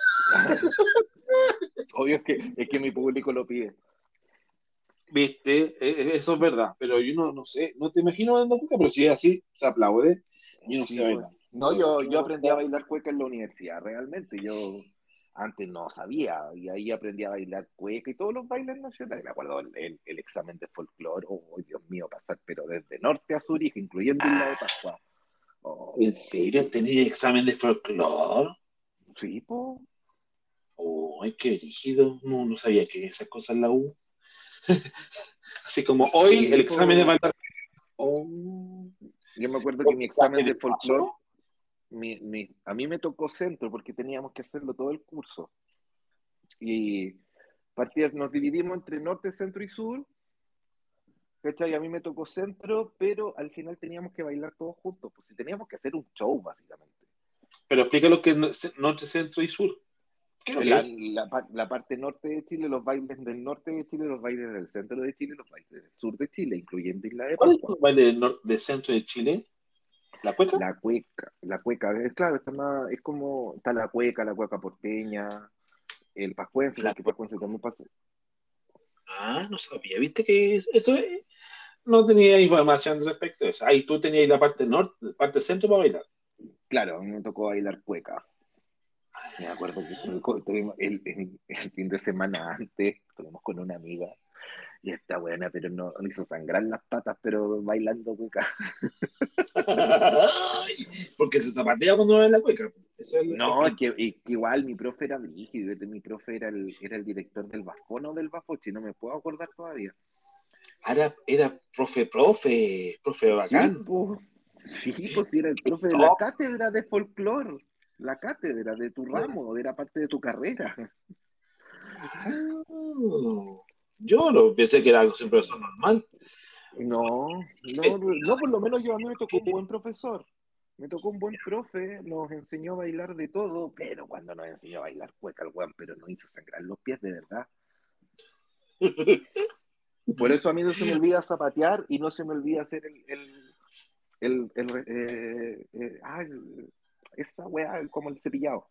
[SPEAKER 1] Obvio es que mi público lo pide.
[SPEAKER 2] ¿Viste? Eso es verdad, pero yo no sé, no te imagino bailando cueca, pero si es así, se aplaude. Yo no sé
[SPEAKER 1] Sí, pues.
[SPEAKER 2] bailar.
[SPEAKER 1] No, yo aprendí a bailar cueca en la universidad, realmente. Yo antes no sabía, y ahí aprendí a bailar cueca y todos los bailes nacionales. Me acuerdo el examen de folclore, oh Dios mío, pasar, pero desde norte a sur, incluyendo Isla de
[SPEAKER 2] Ah,
[SPEAKER 1] Pascua.
[SPEAKER 2] ¿en
[SPEAKER 1] Oh,
[SPEAKER 2] serio tenía examen de folclore?
[SPEAKER 1] sí, pues.
[SPEAKER 2] Oh, qué rígido. No sabía que esas cosas en la U. Así como hoy el
[SPEAKER 1] Sí,
[SPEAKER 2] examen de
[SPEAKER 1] pues.
[SPEAKER 2] bailar. Oh,
[SPEAKER 1] Yo me acuerdo que
[SPEAKER 2] ¿por
[SPEAKER 1] mi
[SPEAKER 2] clase
[SPEAKER 1] examen
[SPEAKER 2] de
[SPEAKER 1] de folclore,
[SPEAKER 2] paso?
[SPEAKER 1] a mí me tocó centro porque teníamos que hacerlo todo el curso. Y nos dividimos entre norte, centro y sur. ¿Cachai? A mí me tocó centro, pero al final teníamos que bailar todos juntos. Pues si teníamos que hacer un show, básicamente.
[SPEAKER 2] Pero explica lo que es norte, centro y sur. ¿Qué es lo que es?
[SPEAKER 1] La parte norte de Chile, los bailes del norte de Chile, los bailes del centro de Chile, los bailes del sur de Chile, incluyendo Isla de
[SPEAKER 2] ¿Cuál es
[SPEAKER 1] Pascua.
[SPEAKER 2] el baile de centro de Chile? ¿La cueca?
[SPEAKER 1] La cueca, claro, es como, está la cueca porteña, el pascuense,
[SPEAKER 2] La
[SPEAKER 1] porque
[SPEAKER 2] cueca.
[SPEAKER 1] pascuense también pasa.
[SPEAKER 2] Ah, no sabía. ¿Viste que no tenía información respecto a eso? Ahí tú tenías la parte norte, parte centro para bailar.
[SPEAKER 1] Claro, a mí me tocó bailar cueca. Me acuerdo que el fin de semana antes, estuvimos con una amiga y esta buena, pero no hizo sangrar las patas, pero bailando cueca.
[SPEAKER 2] Ay, porque se zapatea cuando va en la cueca. Eso es el
[SPEAKER 1] No, es
[SPEAKER 2] punto.
[SPEAKER 1] que, y que igual mi profe era brígido, mi profe era el director del Bafón o del Bafochi, no me puedo acordar todavía.
[SPEAKER 2] Era profe
[SPEAKER 1] Sí,
[SPEAKER 2] bacán.
[SPEAKER 1] pues, sí, pues sí, era el profe de la
[SPEAKER 2] No,
[SPEAKER 1] cátedra de folclore, la cátedra de tu ramo, era parte de tu carrera.
[SPEAKER 2] yo no pensé que era algo siempre eso normal.
[SPEAKER 1] No, no, no, por lo menos a mí me tocó un buen profesor. Me tocó un buen profe, nos enseñó a bailar de todo, pero cuando nos enseñó a bailar cueca el weón, pero nos hizo sangrar los pies de verdad. Por eso a mí no se me olvida zapatear y no se me olvida hacer esa weá como el cepillado.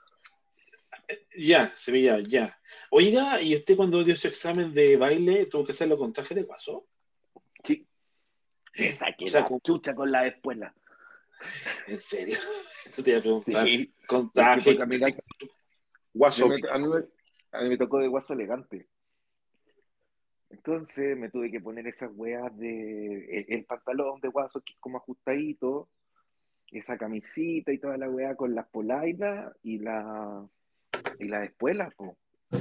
[SPEAKER 2] Ya, Sevilla, ya. Oiga, ¿y usted cuando dio su examen de baile tuvo que hacerlo con traje de guaso?
[SPEAKER 1] Sí, me
[SPEAKER 2] O
[SPEAKER 1] saqué
[SPEAKER 2] sea,
[SPEAKER 1] la chucha con la espuela.
[SPEAKER 2] en serio, eso te iba a preguntar.
[SPEAKER 1] Sí,
[SPEAKER 2] Con
[SPEAKER 1] porque para
[SPEAKER 2] traje,
[SPEAKER 1] caminar,
[SPEAKER 2] guaso.
[SPEAKER 1] a mí me tocó de guaso elegante. Entonces me tuve que poner esas weas el pantalón de guaso que es como ajustadito, esa camisita y toda la wea con las polainas y la espuela, po.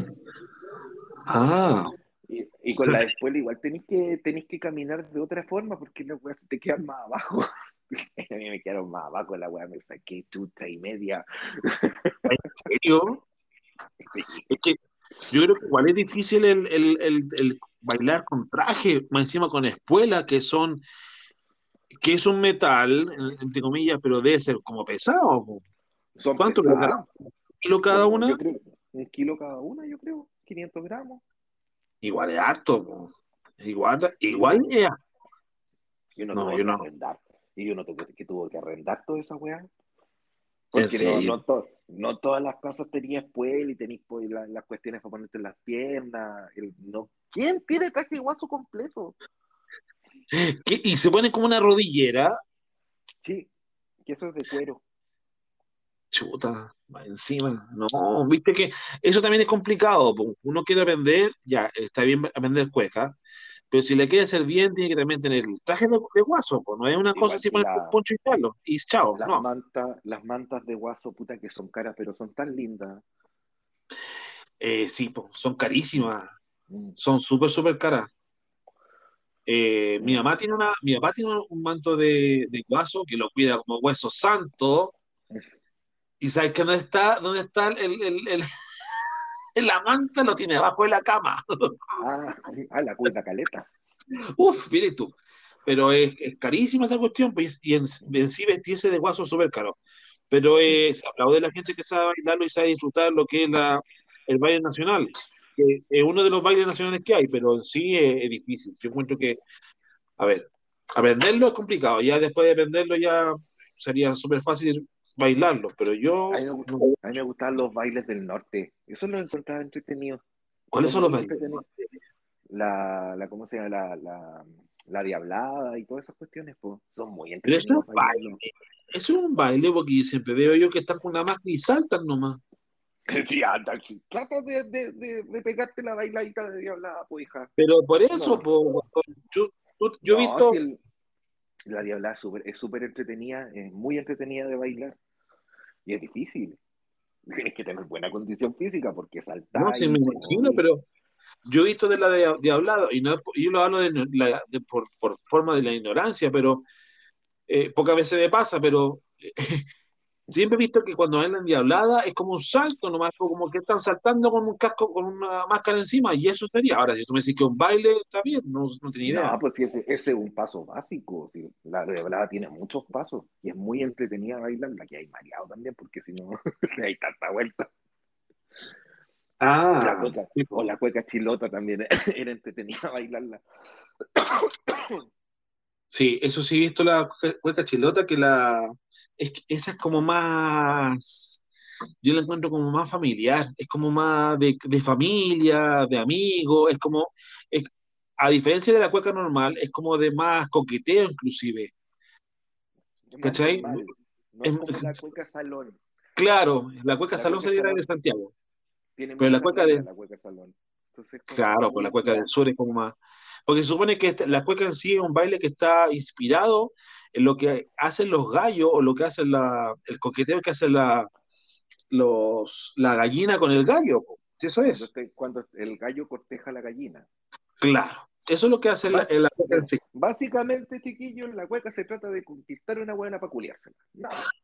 [SPEAKER 2] Ah,
[SPEAKER 1] Y
[SPEAKER 2] o
[SPEAKER 1] con
[SPEAKER 2] sea,
[SPEAKER 1] la espuela igual tenéis que caminar de otra forma porque las weas te quedan más abajo. A mí me quedaron más abajo, la wea me saqué chucha y media.
[SPEAKER 2] ¿en serio?
[SPEAKER 1] Sí,
[SPEAKER 2] Es que yo creo que igual es difícil el bailar con traje, más encima con espuela, que es un metal, entre comillas, pero debe ser como pesado, po.
[SPEAKER 1] Son
[SPEAKER 2] ¿Cuánto pesará?
[SPEAKER 1] pesadas,
[SPEAKER 2] ¿Kilo cada
[SPEAKER 1] como
[SPEAKER 2] una?
[SPEAKER 1] yo creo, 1 kilo cada una, yo creo, 500 gramos.
[SPEAKER 2] Igual es harto, po.
[SPEAKER 1] Sí,
[SPEAKER 2] Igual
[SPEAKER 1] pues.
[SPEAKER 2] es.
[SPEAKER 1] Y uno
[SPEAKER 2] No,
[SPEAKER 1] tuvo
[SPEAKER 2] yo
[SPEAKER 1] que
[SPEAKER 2] no.
[SPEAKER 1] arrendar. Y uno tuvo que arrendar toda esa weá.
[SPEAKER 2] En
[SPEAKER 1] Porque
[SPEAKER 2] serio.
[SPEAKER 1] no todas las casas tenían spoiler y tenéis pues, las cuestiones para ponerte en las piernas. No. ¿Quién tiene traje de guaso completo?
[SPEAKER 2] Y se pone como una rodillera.
[SPEAKER 1] Sí, que eso es de cuero.
[SPEAKER 2] Chuta, va encima. No, viste que eso también es complicado, po. Uno quiere aprender, ya, está bien aprender cueca, pero si le quiere hacer bien, tiene que también tener el traje de guaso, pues no es una cosa
[SPEAKER 1] Igual
[SPEAKER 2] así
[SPEAKER 1] que
[SPEAKER 2] poner un poncho y charlo, y chao, no.
[SPEAKER 1] las mantas de guaso, puta, que son caras, pero son tan lindas.
[SPEAKER 2] Sí, po, son carísimas,
[SPEAKER 1] Mm,
[SPEAKER 2] son súper, súper caras.
[SPEAKER 1] mm.
[SPEAKER 2] Mi papá tiene un manto de guaso que lo cuida como hueso santo, y sabes que dónde está la manta, lo tiene abajo de la cama.
[SPEAKER 1] Ah, la cuida caleta.
[SPEAKER 2] Uf, mire tú. Pero es carísima esa cuestión, pues, y en sí vestirse de guaso es súper caro. Pero se aplaude a la gente que sabe bailarlo y sabe disfrutar lo que es el baile nacional, que es uno de los bailes nacionales que hay, pero en sí es difícil. Yo encuentro que, a ver, aprenderlo es complicado, ya después de aprenderlo ya sería súper fácil bailarlo, pero
[SPEAKER 1] A mí,
[SPEAKER 2] yo,
[SPEAKER 1] me, gu-
[SPEAKER 2] no.
[SPEAKER 1] a mí me gustaban los bailes del norte. Eso lo encontraba entretenido.
[SPEAKER 2] ¿Cuáles
[SPEAKER 1] Son
[SPEAKER 2] son los
[SPEAKER 1] muy
[SPEAKER 2] bailes?
[SPEAKER 1] entretenidos. ¿Cómo se llama? La diablada y todas esas cuestiones, pues, son muy
[SPEAKER 2] Pero eso es
[SPEAKER 1] entretenidos bailarlo.
[SPEAKER 2] baile, eso es un baile, porque siempre veo yo que están con una máscara y saltan nomás.
[SPEAKER 1] Sí, anda, sí, trata de pegarte la bailadita de diablada, pues, hija.
[SPEAKER 2] Pero por eso,
[SPEAKER 1] No,
[SPEAKER 2] po, yo he
[SPEAKER 1] no, si
[SPEAKER 2] visto,
[SPEAKER 1] la diablada es súper entretenida, es muy entretenida de bailar y es difícil. Tienes que tener buena condición física porque
[SPEAKER 2] no sé, me
[SPEAKER 1] saltáis, te
[SPEAKER 2] imagino,
[SPEAKER 1] movís.
[SPEAKER 2] pero yo he visto de la de hablado, y no, yo lo hablo por forma de la ignorancia, pero pocas veces me pasa, pero siempre he visto que cuando bailan diablada es como un salto nomás, como que están saltando con un casco, con una máscara encima, y eso sería. Ahora, si tú me decís que un baile, está bien, no, no tenía idea.
[SPEAKER 1] No, pues sí, ese es un paso básico. Sí. La diablada tiene muchos pasos y es muy entretenida bailarla, que hay mareado también porque si no hay tanta vuelta. La
[SPEAKER 2] Ah,
[SPEAKER 1] cueca,
[SPEAKER 2] sí,
[SPEAKER 1] o
[SPEAKER 2] po.
[SPEAKER 1] la cueca chilota también era entretenida bailarla.
[SPEAKER 2] Sí, eso sí he visto la cueca chilota, esa es como más, yo la encuentro como más familiar, es como más de familia, de amigos, es, a diferencia de la cueca normal, es como de más coqueteo inclusive,
[SPEAKER 1] Es más
[SPEAKER 2] ¿cachai?
[SPEAKER 1] normal, no es como la
[SPEAKER 2] Es-
[SPEAKER 1] cueca salón.
[SPEAKER 2] claro, la cueca
[SPEAKER 1] La
[SPEAKER 2] salón
[SPEAKER 1] cueca
[SPEAKER 2] sería la de
[SPEAKER 1] salón
[SPEAKER 2] Santiago,
[SPEAKER 1] tiene
[SPEAKER 2] pero la
[SPEAKER 1] mucha
[SPEAKER 2] cueca
[SPEAKER 1] playa,
[SPEAKER 2] de,
[SPEAKER 1] la cueca salón. Entonces, como
[SPEAKER 2] claro, pues la
[SPEAKER 1] muy
[SPEAKER 2] cueca del
[SPEAKER 1] ya.
[SPEAKER 2] sur es como más, porque se supone que la cueca en sí es un baile que está inspirado en lo que hacen los gallos o lo que hace el coqueteo que hace la gallina con el gallo, po. Sí, eso es.
[SPEAKER 1] Cuando el gallo corteja a la gallina.
[SPEAKER 2] Claro. Eso es lo que hace la cueca en sí.
[SPEAKER 1] Básicamente, chiquillos, la cueca se trata de conquistar una buena para culiársela. Nada más.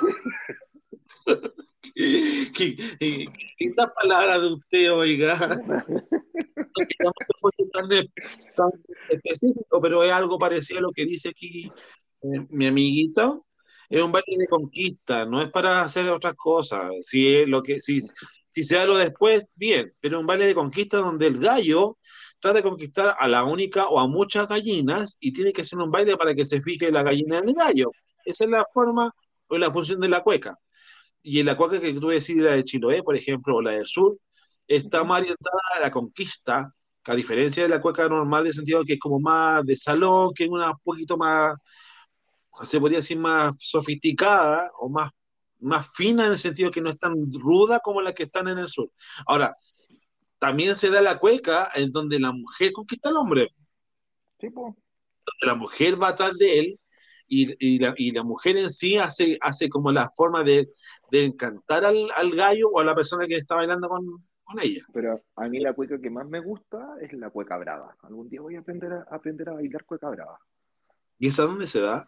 [SPEAKER 2] ¿Qué lindas palabras de usted, oiga? Que no se puede tan específico, pero es algo parecido a lo que dice aquí mi amiguita. Es un baile de conquista, no es para hacer otras cosas. Si se da lo después, bien, pero es un baile de conquista donde el gallo trata de conquistar a la única o a muchas gallinas y tiene que ser un baile para que se fije la gallina en el gallo. Esa es la forma o la función de la cueca. Y en la cueca que tú decís, la de Chiloé, por ejemplo, o la del sur, está
[SPEAKER 1] Ujú.
[SPEAKER 2] más orientada a la conquista, que a diferencia de la cueca normal, de sentido que es como más de salón, que es una poquito más, se podría decir, más sofisticada o más fina en el sentido que no es tan ruda como las que están en el sur. Ahora, también se da la cueca en donde la mujer conquista al hombre,
[SPEAKER 1] Sí, po.
[SPEAKER 2] la mujer va atrás de él y la mujer en sí hace como la forma de encantar al gallo o a la persona que está bailando con ella.
[SPEAKER 1] Pero a mí la cueca que más me gusta es la cueca brava. Algún día voy a aprender a bailar cueca brava.
[SPEAKER 2] ¿Y esa dónde se da?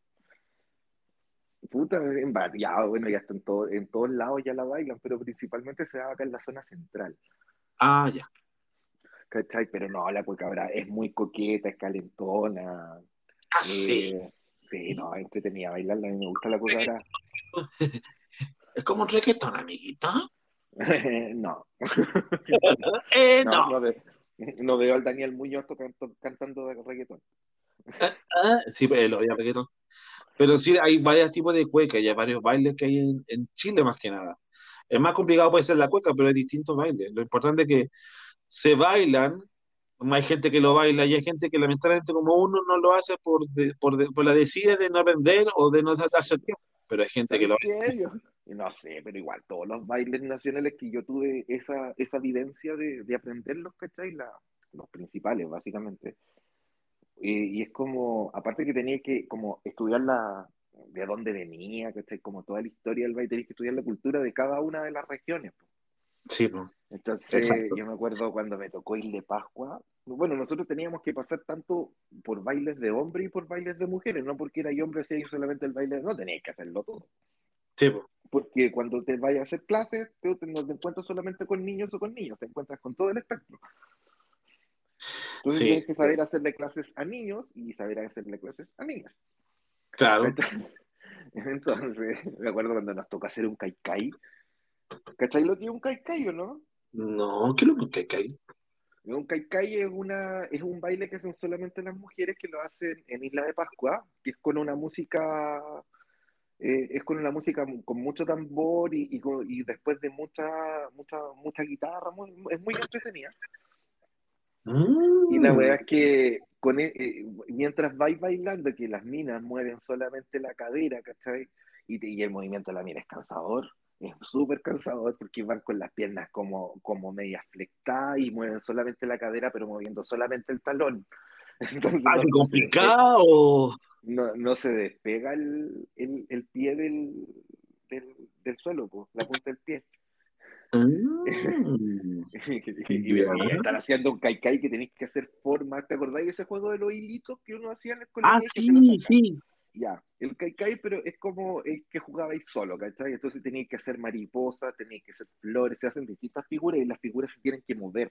[SPEAKER 1] Puta, ya, bueno, ya está en todos lados ya la bailan, pero principalmente se da acá en la zona central.
[SPEAKER 2] Ah, ya.
[SPEAKER 1] ¿Cachai? Pero no, la cueca brava es muy coqueta, es calentona.
[SPEAKER 2] Ah, sí.
[SPEAKER 1] eh, Sí, no, entretenía bailarla, a mí me gusta la cosa ahora.
[SPEAKER 2] Es como un reggaetón, amiguita.
[SPEAKER 1] No, no,
[SPEAKER 2] No.
[SPEAKER 1] no veo al Daniel Muñoz cantando de reggaetón.
[SPEAKER 2] Sí, pero él odia reggaetón. Pero sí, hay varios tipos de cueca y hay varios bailes que hay en Chile más que nada. Es más complicado puede ser la cueca, pero hay distintos bailes. Lo importante es que se bailan, hay gente que lo baila y hay gente que lamentablemente como uno no lo hace por la decisión de no aprender o de no darse el tiempo. Pero hay gente que
[SPEAKER 1] ¿Sabes
[SPEAKER 2] lo
[SPEAKER 1] qué? Yo no sé, pero igual, todos los bailes nacionales que yo tuve esa vivencia de aprenderlos, ¿cachai? Los principales, básicamente. Y es como, aparte que tenía que como estudiar de dónde venía, ¿cachai? Como toda la historia del baile, tenías que estudiar la cultura de cada una de las regiones, po.
[SPEAKER 2] Sí, pues,
[SPEAKER 1] Entonces,
[SPEAKER 2] exacto.
[SPEAKER 1] yo me acuerdo cuando me tocó ir de Pascua, bueno, nosotros teníamos que pasar tanto por bailes de hombre y por bailes de mujeres, no porque era hombre hacía solamente el baile, no tenías que hacerlo todo.
[SPEAKER 2] Sí, pues.
[SPEAKER 1] Porque cuando te vayas a hacer clases, no te encuentras solamente con niños o con niños, te encuentras con todo el espectro. Entonces
[SPEAKER 2] Sí,
[SPEAKER 1] tienes que saber hacerle clases a niños y saber hacerle clases a niñas.
[SPEAKER 2] claro.
[SPEAKER 1] ¿Cachai? Entonces, me acuerdo cuando nos tocó hacer un caicai. ¿Cachai lo que es un caicai o no?
[SPEAKER 2] No, ¿qué es lo que hay?
[SPEAKER 1] Un caicai es un baile que hacen solamente las mujeres que lo hacen en Isla de Pascua, que es con una música con mucho tambor y después de mucha guitarra, es muy entretenida. Y la
[SPEAKER 2] Mm.
[SPEAKER 1] verdad es que mientras vais bailando, que las minas mueven solamente la cadera, ¿cachai? Y el movimiento de la mina es cansador, es súper cansador porque van con las piernas como medias flectadas y mueven solamente la cadera, pero moviendo solamente el talón. Entonces
[SPEAKER 2] Ah, qué complicado.
[SPEAKER 1] no se despega el pie del suelo, pues, la punta del pie.
[SPEAKER 2] Mm.
[SPEAKER 1] Y
[SPEAKER 2] Ya.
[SPEAKER 1] están haciendo un kaikai que tenéis que hacer formas. ¿Te acordáis de ese juego de los hilitos que uno hacía en el
[SPEAKER 2] Ah,
[SPEAKER 1] colegio y que te lo
[SPEAKER 2] sí,
[SPEAKER 1] sacan?
[SPEAKER 2] sí.
[SPEAKER 1] Ya, el kaikai, pero es como el que jugabais solo, ¿cachai? Entonces tenéis que hacer mariposas, tenéis que hacer flores, se hacen distintas figuras y las figuras se tienen que mover.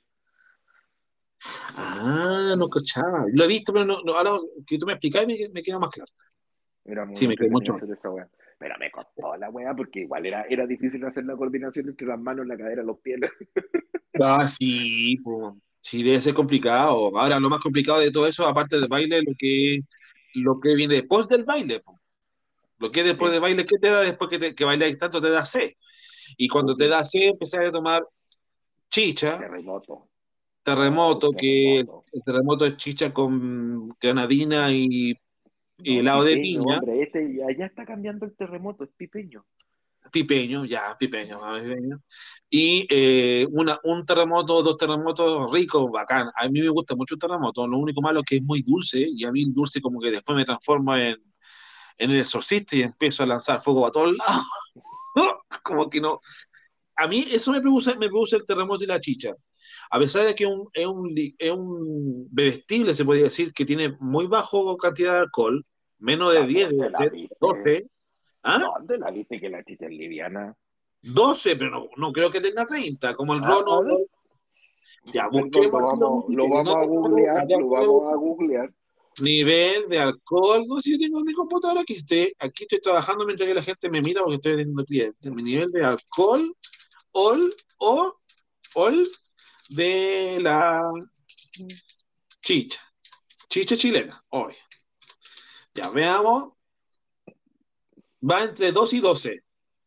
[SPEAKER 2] Ah, no cachaba. Lo he visto, pero ahora que tú me explicás me queda más claro.
[SPEAKER 1] Era muy
[SPEAKER 2] Sí, me quedó mucho
[SPEAKER 1] entretenido
[SPEAKER 2] más.
[SPEAKER 1] hacer esa weá. Pero me costó la weá porque igual era difícil hacer la coordinación entre las manos, la cadera, los pies.
[SPEAKER 2] Ah, sí, po. Sí, debe ser complicado. Ahora, lo más complicado de todo eso, aparte del baile, lo que viene después del baile, po. Lo que es después
[SPEAKER 1] Sí,
[SPEAKER 2] del baile, ¿qué te da después que bailas tanto? Te da sed. Y cuando te
[SPEAKER 1] obvio.
[SPEAKER 2] da sed, empezás a tomar chicha,
[SPEAKER 1] Terremoto. Oh,
[SPEAKER 2] terremoto, que
[SPEAKER 1] terremoto.
[SPEAKER 2] el terremoto es chicha con granadina y
[SPEAKER 1] No,
[SPEAKER 2] helado de
[SPEAKER 1] pipeño,
[SPEAKER 2] piña.
[SPEAKER 1] hombre, ya está cambiando el terremoto, es pipeño.
[SPEAKER 2] Pipeño, ya, pipeño, más pipeño. Y un terremoto, dos terremotos ricos, bacán. A mí me gusta mucho el terremoto. Lo único malo es que es muy dulce y a mí el dulce como que después me transforma en el exorcista y empiezo a lanzar fuego a todos lados. Como que no. A mí eso me produce el terremoto y la chicha. A pesar de que es un bebestible, se podría decir, que tiene muy bajo cantidad de alcohol, menos de 10 debe
[SPEAKER 1] ¿Dónde la
[SPEAKER 2] ser,
[SPEAKER 1] viste?
[SPEAKER 2] 12. ¿Ah?
[SPEAKER 1] ¿Dónde la viste que la chita es liviana?
[SPEAKER 2] 12, pero no creo que tenga 30, como el
[SPEAKER 1] Ah,
[SPEAKER 2] Rono.
[SPEAKER 1] a ver,
[SPEAKER 2] Ya,
[SPEAKER 1] perdón,
[SPEAKER 2] busquemos así los
[SPEAKER 1] lo
[SPEAKER 2] niveles. No
[SPEAKER 1] vamos a
[SPEAKER 2] te apures,
[SPEAKER 1] googlear,
[SPEAKER 2] no te
[SPEAKER 1] lo
[SPEAKER 2] apures,
[SPEAKER 1] vamos a googlear.
[SPEAKER 2] nivel de alcohol. No sé si yo tengo mi computadora aquí estoy trabajando mientras que la gente me mira porque estoy teniendo clientes. Mi nivel de alcohol, ol, o, ol de la chicha. Chicha chilena, hoy. Ya veamos. Va entre 2 y 12.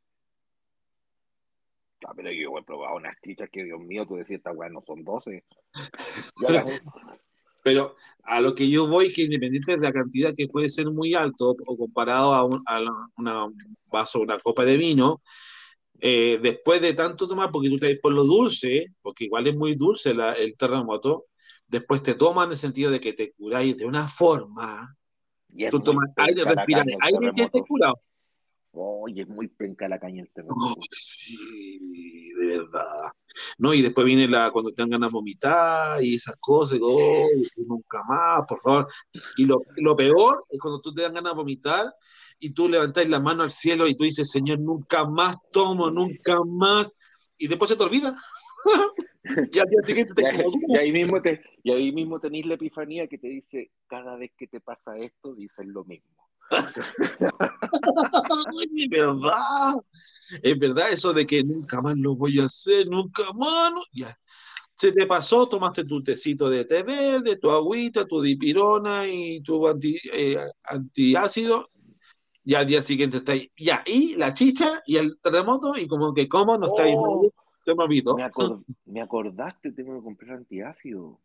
[SPEAKER 1] Ah, pero yo he probado unas chichas que, Dios mío, tú decías, esta weá no son 12. Ya las he...
[SPEAKER 2] Pero a lo que yo voy, que independiente de la cantidad que puede ser muy alto o comparado un vaso, una copa de vino, después de tanto tomar, porque tú te por lo dulce, porque igual es muy dulce el terremoto, después te toman en el sentido de que te curáis de una forma,
[SPEAKER 1] Y es
[SPEAKER 2] tú
[SPEAKER 1] muy
[SPEAKER 2] tomas aire,
[SPEAKER 1] penca la
[SPEAKER 2] respiras
[SPEAKER 1] caña el
[SPEAKER 2] aire y te estés
[SPEAKER 1] terremoto.
[SPEAKER 2] curado.
[SPEAKER 1] Oye, es muy penca la caña el
[SPEAKER 2] Oh,
[SPEAKER 1] terremoto.
[SPEAKER 2] sí, de verdad. No, y después viene cuando te dan ganas de vomitar y esas cosas, y, oh, nunca más, por favor. Y lo peor es cuando tú te dan ganas de vomitar y tú levantas la mano al cielo y tú dices, Señor, nunca más tomo, nunca más. Y después se te olvida. Y al día siguiente te
[SPEAKER 1] Y,
[SPEAKER 2] como
[SPEAKER 1] y
[SPEAKER 2] tú.
[SPEAKER 1] ahí mismo y ahí mismo tenéis la epifanía que te dice, cada vez que te pasa esto, dices lo mismo.
[SPEAKER 2] Oye, ¿verdad? Es verdad eso de que nunca más lo voy a hacer, nunca más. Ya. Se te pasó, tomaste tu tecito de té verde, tu agüita, tu dipirona y tu antiácido, y al día siguiente está ahí. Ya, y la chicha y el terremoto, y como que, ¿cómo no estáis mal?
[SPEAKER 1] Oh,
[SPEAKER 2] Se me olvidó.
[SPEAKER 1] me acordaste, tengo que comprar antiácido.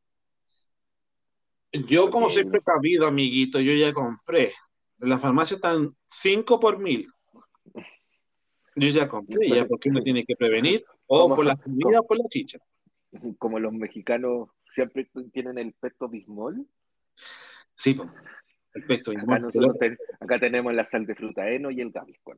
[SPEAKER 2] Yo, como soy
[SPEAKER 1] Porque,
[SPEAKER 2] precavido, amiguito, yo ya compré. En la farmacia están 5 por 1000. Yo ya compré, ya porque uno tiene que prevenir, o
[SPEAKER 1] como,
[SPEAKER 2] por la comida o por la chicha.
[SPEAKER 1] como los mexicanos siempre tienen el Pepto Bismol,
[SPEAKER 2] Sí, pues, perfecto.
[SPEAKER 1] acá acá tenemos la sal de frutaeno y el Gaviscon.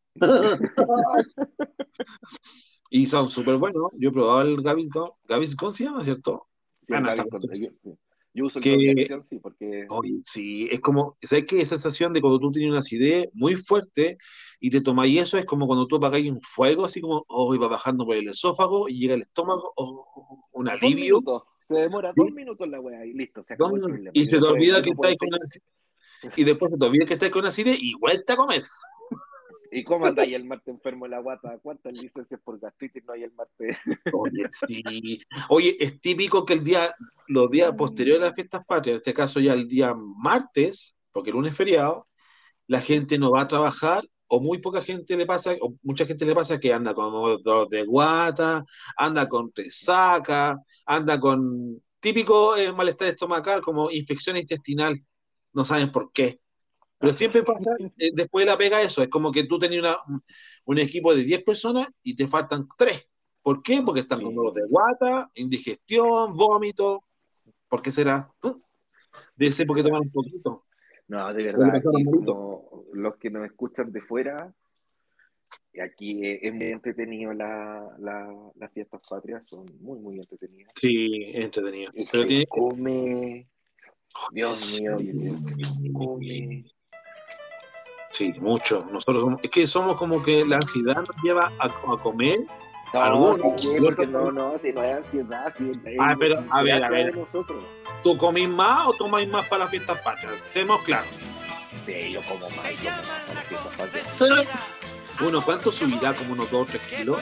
[SPEAKER 2] Y son súper buenos. Yo he probado el Gaviscon. Gaviscon se llama, ¿cierto?
[SPEAKER 1] Sí, el
[SPEAKER 2] Bueno, esa
[SPEAKER 1] Gaviscon.
[SPEAKER 2] cuestión
[SPEAKER 1] Yo uso el doble
[SPEAKER 2] que,
[SPEAKER 1] acción, sí, porque
[SPEAKER 2] oye, sí, es como, ¿sabes qué? Esa sensación de cuando tú tienes una acidez muy fuerte y te tomáis eso, es como cuando tú apagáis un fuego, así como, oh, va bajando por el esófago y llega al estómago, oh, un
[SPEAKER 1] dos
[SPEAKER 2] alivio,
[SPEAKER 1] minutos, se demora dos
[SPEAKER 2] ¿sí?
[SPEAKER 1] minutos la weá y listo, se acabó el problema.
[SPEAKER 2] Y
[SPEAKER 1] Y
[SPEAKER 2] se te
[SPEAKER 1] después
[SPEAKER 2] olvida que
[SPEAKER 1] uno puede
[SPEAKER 2] estáis con
[SPEAKER 1] seguir.
[SPEAKER 2] y después se te olvida que estáis con acidez y vuelta a comer.
[SPEAKER 1] ¿Y cómo andáis el martes enfermo en la guata? ¿Cuántas licencias por gastritis no hay el martes?
[SPEAKER 2] Oye, sí. Oye, es típico que los días posteriores a las fiestas patrias, en este caso ya el día martes, porque el lunes es feriado, la
[SPEAKER 1] Sí.
[SPEAKER 2] gente no va a trabajar, o muy poca gente le pasa, o mucha gente le pasa que anda con dolor de guata, anda con resaca, anda con típico malestar estomacal, como infección intestinal, no saben por qué. Pero siempre pasa, después de la pega eso, es como que tú tenías un equipo de 10 personas y te faltan 3. ¿Por qué? Porque están con dolor de
[SPEAKER 1] Sí.
[SPEAKER 2] guata, indigestión, vómito. ¿Por qué será? Debe
[SPEAKER 1] ¿Por
[SPEAKER 2] ser
[SPEAKER 1] qué
[SPEAKER 2] porque
[SPEAKER 1] será?
[SPEAKER 2] toman un poquito.
[SPEAKER 1] No, de
[SPEAKER 2] O le
[SPEAKER 1] verdad,
[SPEAKER 2] pasaron
[SPEAKER 1] aquí
[SPEAKER 2] malito.
[SPEAKER 1] como los que nos escuchan de fuera, aquí es muy entretenido las fiestas patrias, son muy, muy entretenidas.
[SPEAKER 2] Sí, es entretenido.
[SPEAKER 1] Y
[SPEAKER 2] Pero
[SPEAKER 1] se
[SPEAKER 2] tiene que...
[SPEAKER 1] come, Dios
[SPEAKER 2] Sí,
[SPEAKER 1] mío, oye, se come.
[SPEAKER 2] sí, mucho. Nosotros es que somos como que la ansiedad nos lleva a comer,
[SPEAKER 1] No,
[SPEAKER 2] algunos,
[SPEAKER 1] sí que,
[SPEAKER 2] y
[SPEAKER 1] porque
[SPEAKER 2] otros...
[SPEAKER 1] no, si no es ansiedad, si es
[SPEAKER 2] Ah, pero, a
[SPEAKER 1] idiosincrasia
[SPEAKER 2] ver,
[SPEAKER 1] de nosotros.
[SPEAKER 2] ¿tú comís más o tomáis más para las fiestas patrias? Seamos claros.
[SPEAKER 1] Sí, yo como más para las fiestas patrias.
[SPEAKER 2] Bueno, ¿cuánto subirá? Como unos 2 o 3 kilos.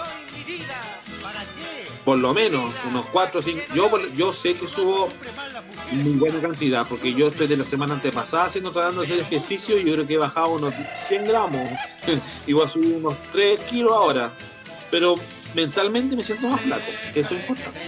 [SPEAKER 2] Por lo menos, unos 4 o 5. Yo sé que subo muy buena cantidad, porque yo estoy de la semana antepasada tratando de hacer ejercicio y yo creo que he bajado unos 100 gramos. Igual subí unos 3 kilos ahora. Pero mentalmente me siento más flaco. Eso es importante.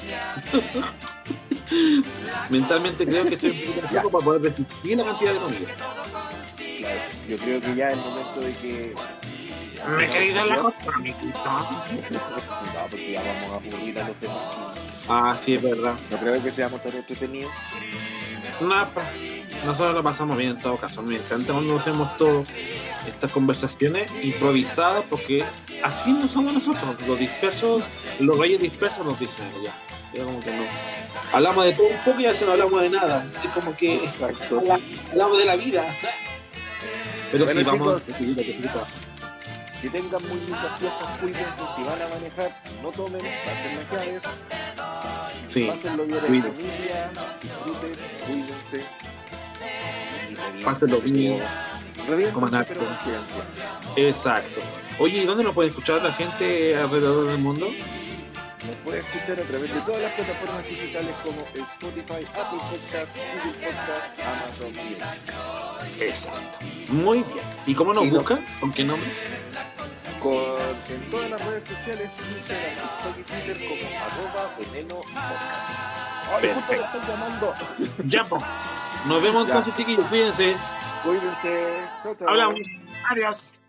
[SPEAKER 2] Mentalmente creo que estoy un poquito más
[SPEAKER 1] Ya,
[SPEAKER 2] flaco para poder resistir la cantidad de comida.
[SPEAKER 1] claro, yo creo que ya es el momento de que
[SPEAKER 2] Me
[SPEAKER 1] hacemos
[SPEAKER 2] quería dar la
[SPEAKER 1] adiós.
[SPEAKER 2] cosa, amiguito.
[SPEAKER 1] No, porque ya vamos a aburrir a los demás.
[SPEAKER 2] Ah, sí, es verdad.
[SPEAKER 1] No creo que seamos tan entretenidos.
[SPEAKER 2] No, pues, nosotros lo pasamos bien en todo caso. Me encanta cuando hacemos todas estas conversaciones improvisadas porque así no somos nosotros. Los dispersos, los reyes dispersos nos dicen ya. Yo como que no. Hablamos de todo un poco y a veces no hablamos de nada. Es como que
[SPEAKER 1] Exacto.
[SPEAKER 2] hablamos de la vida. Pero
[SPEAKER 1] Bueno,
[SPEAKER 2] sí, vamos.
[SPEAKER 1] chicos, que tengan muy lindas fiestas, cuídense. Si van a manejar, no tomen, pasen las llaves,
[SPEAKER 2] Sí,
[SPEAKER 1] pásenlo bien en
[SPEAKER 2] cuídense.
[SPEAKER 1] familia, disfruten, cuídense. Y
[SPEAKER 2] Pásenlo bien,
[SPEAKER 1] revienten,
[SPEAKER 2] coman
[SPEAKER 1] pero
[SPEAKER 2] harto.
[SPEAKER 1] con ciencia.
[SPEAKER 2] Exacto. Oye, ¿y dónde nos puede escuchar la gente alrededor del mundo?
[SPEAKER 1] Nos puede escuchar a través de todas las plataformas digitales como Spotify, Apple Podcasts, Google Podcasts, Amazon Music.
[SPEAKER 2] Exacto. Muy bien. ¿Y cómo nos
[SPEAKER 1] Y nos
[SPEAKER 2] buscan? ¿Con qué nombre?
[SPEAKER 1] en todas las redes sociales, Instagram, TikTok y Twitter como @veneno podcast. ¡Ay, justo me
[SPEAKER 2] Perfecto.
[SPEAKER 1] están llamando!
[SPEAKER 2] Ya, pues. Nos vemos
[SPEAKER 1] Ya,
[SPEAKER 2] entonces, chiquillos. Cuídense.
[SPEAKER 1] cuídense. Chao,
[SPEAKER 2] Hablamos.
[SPEAKER 1] chao.
[SPEAKER 2] Adiós.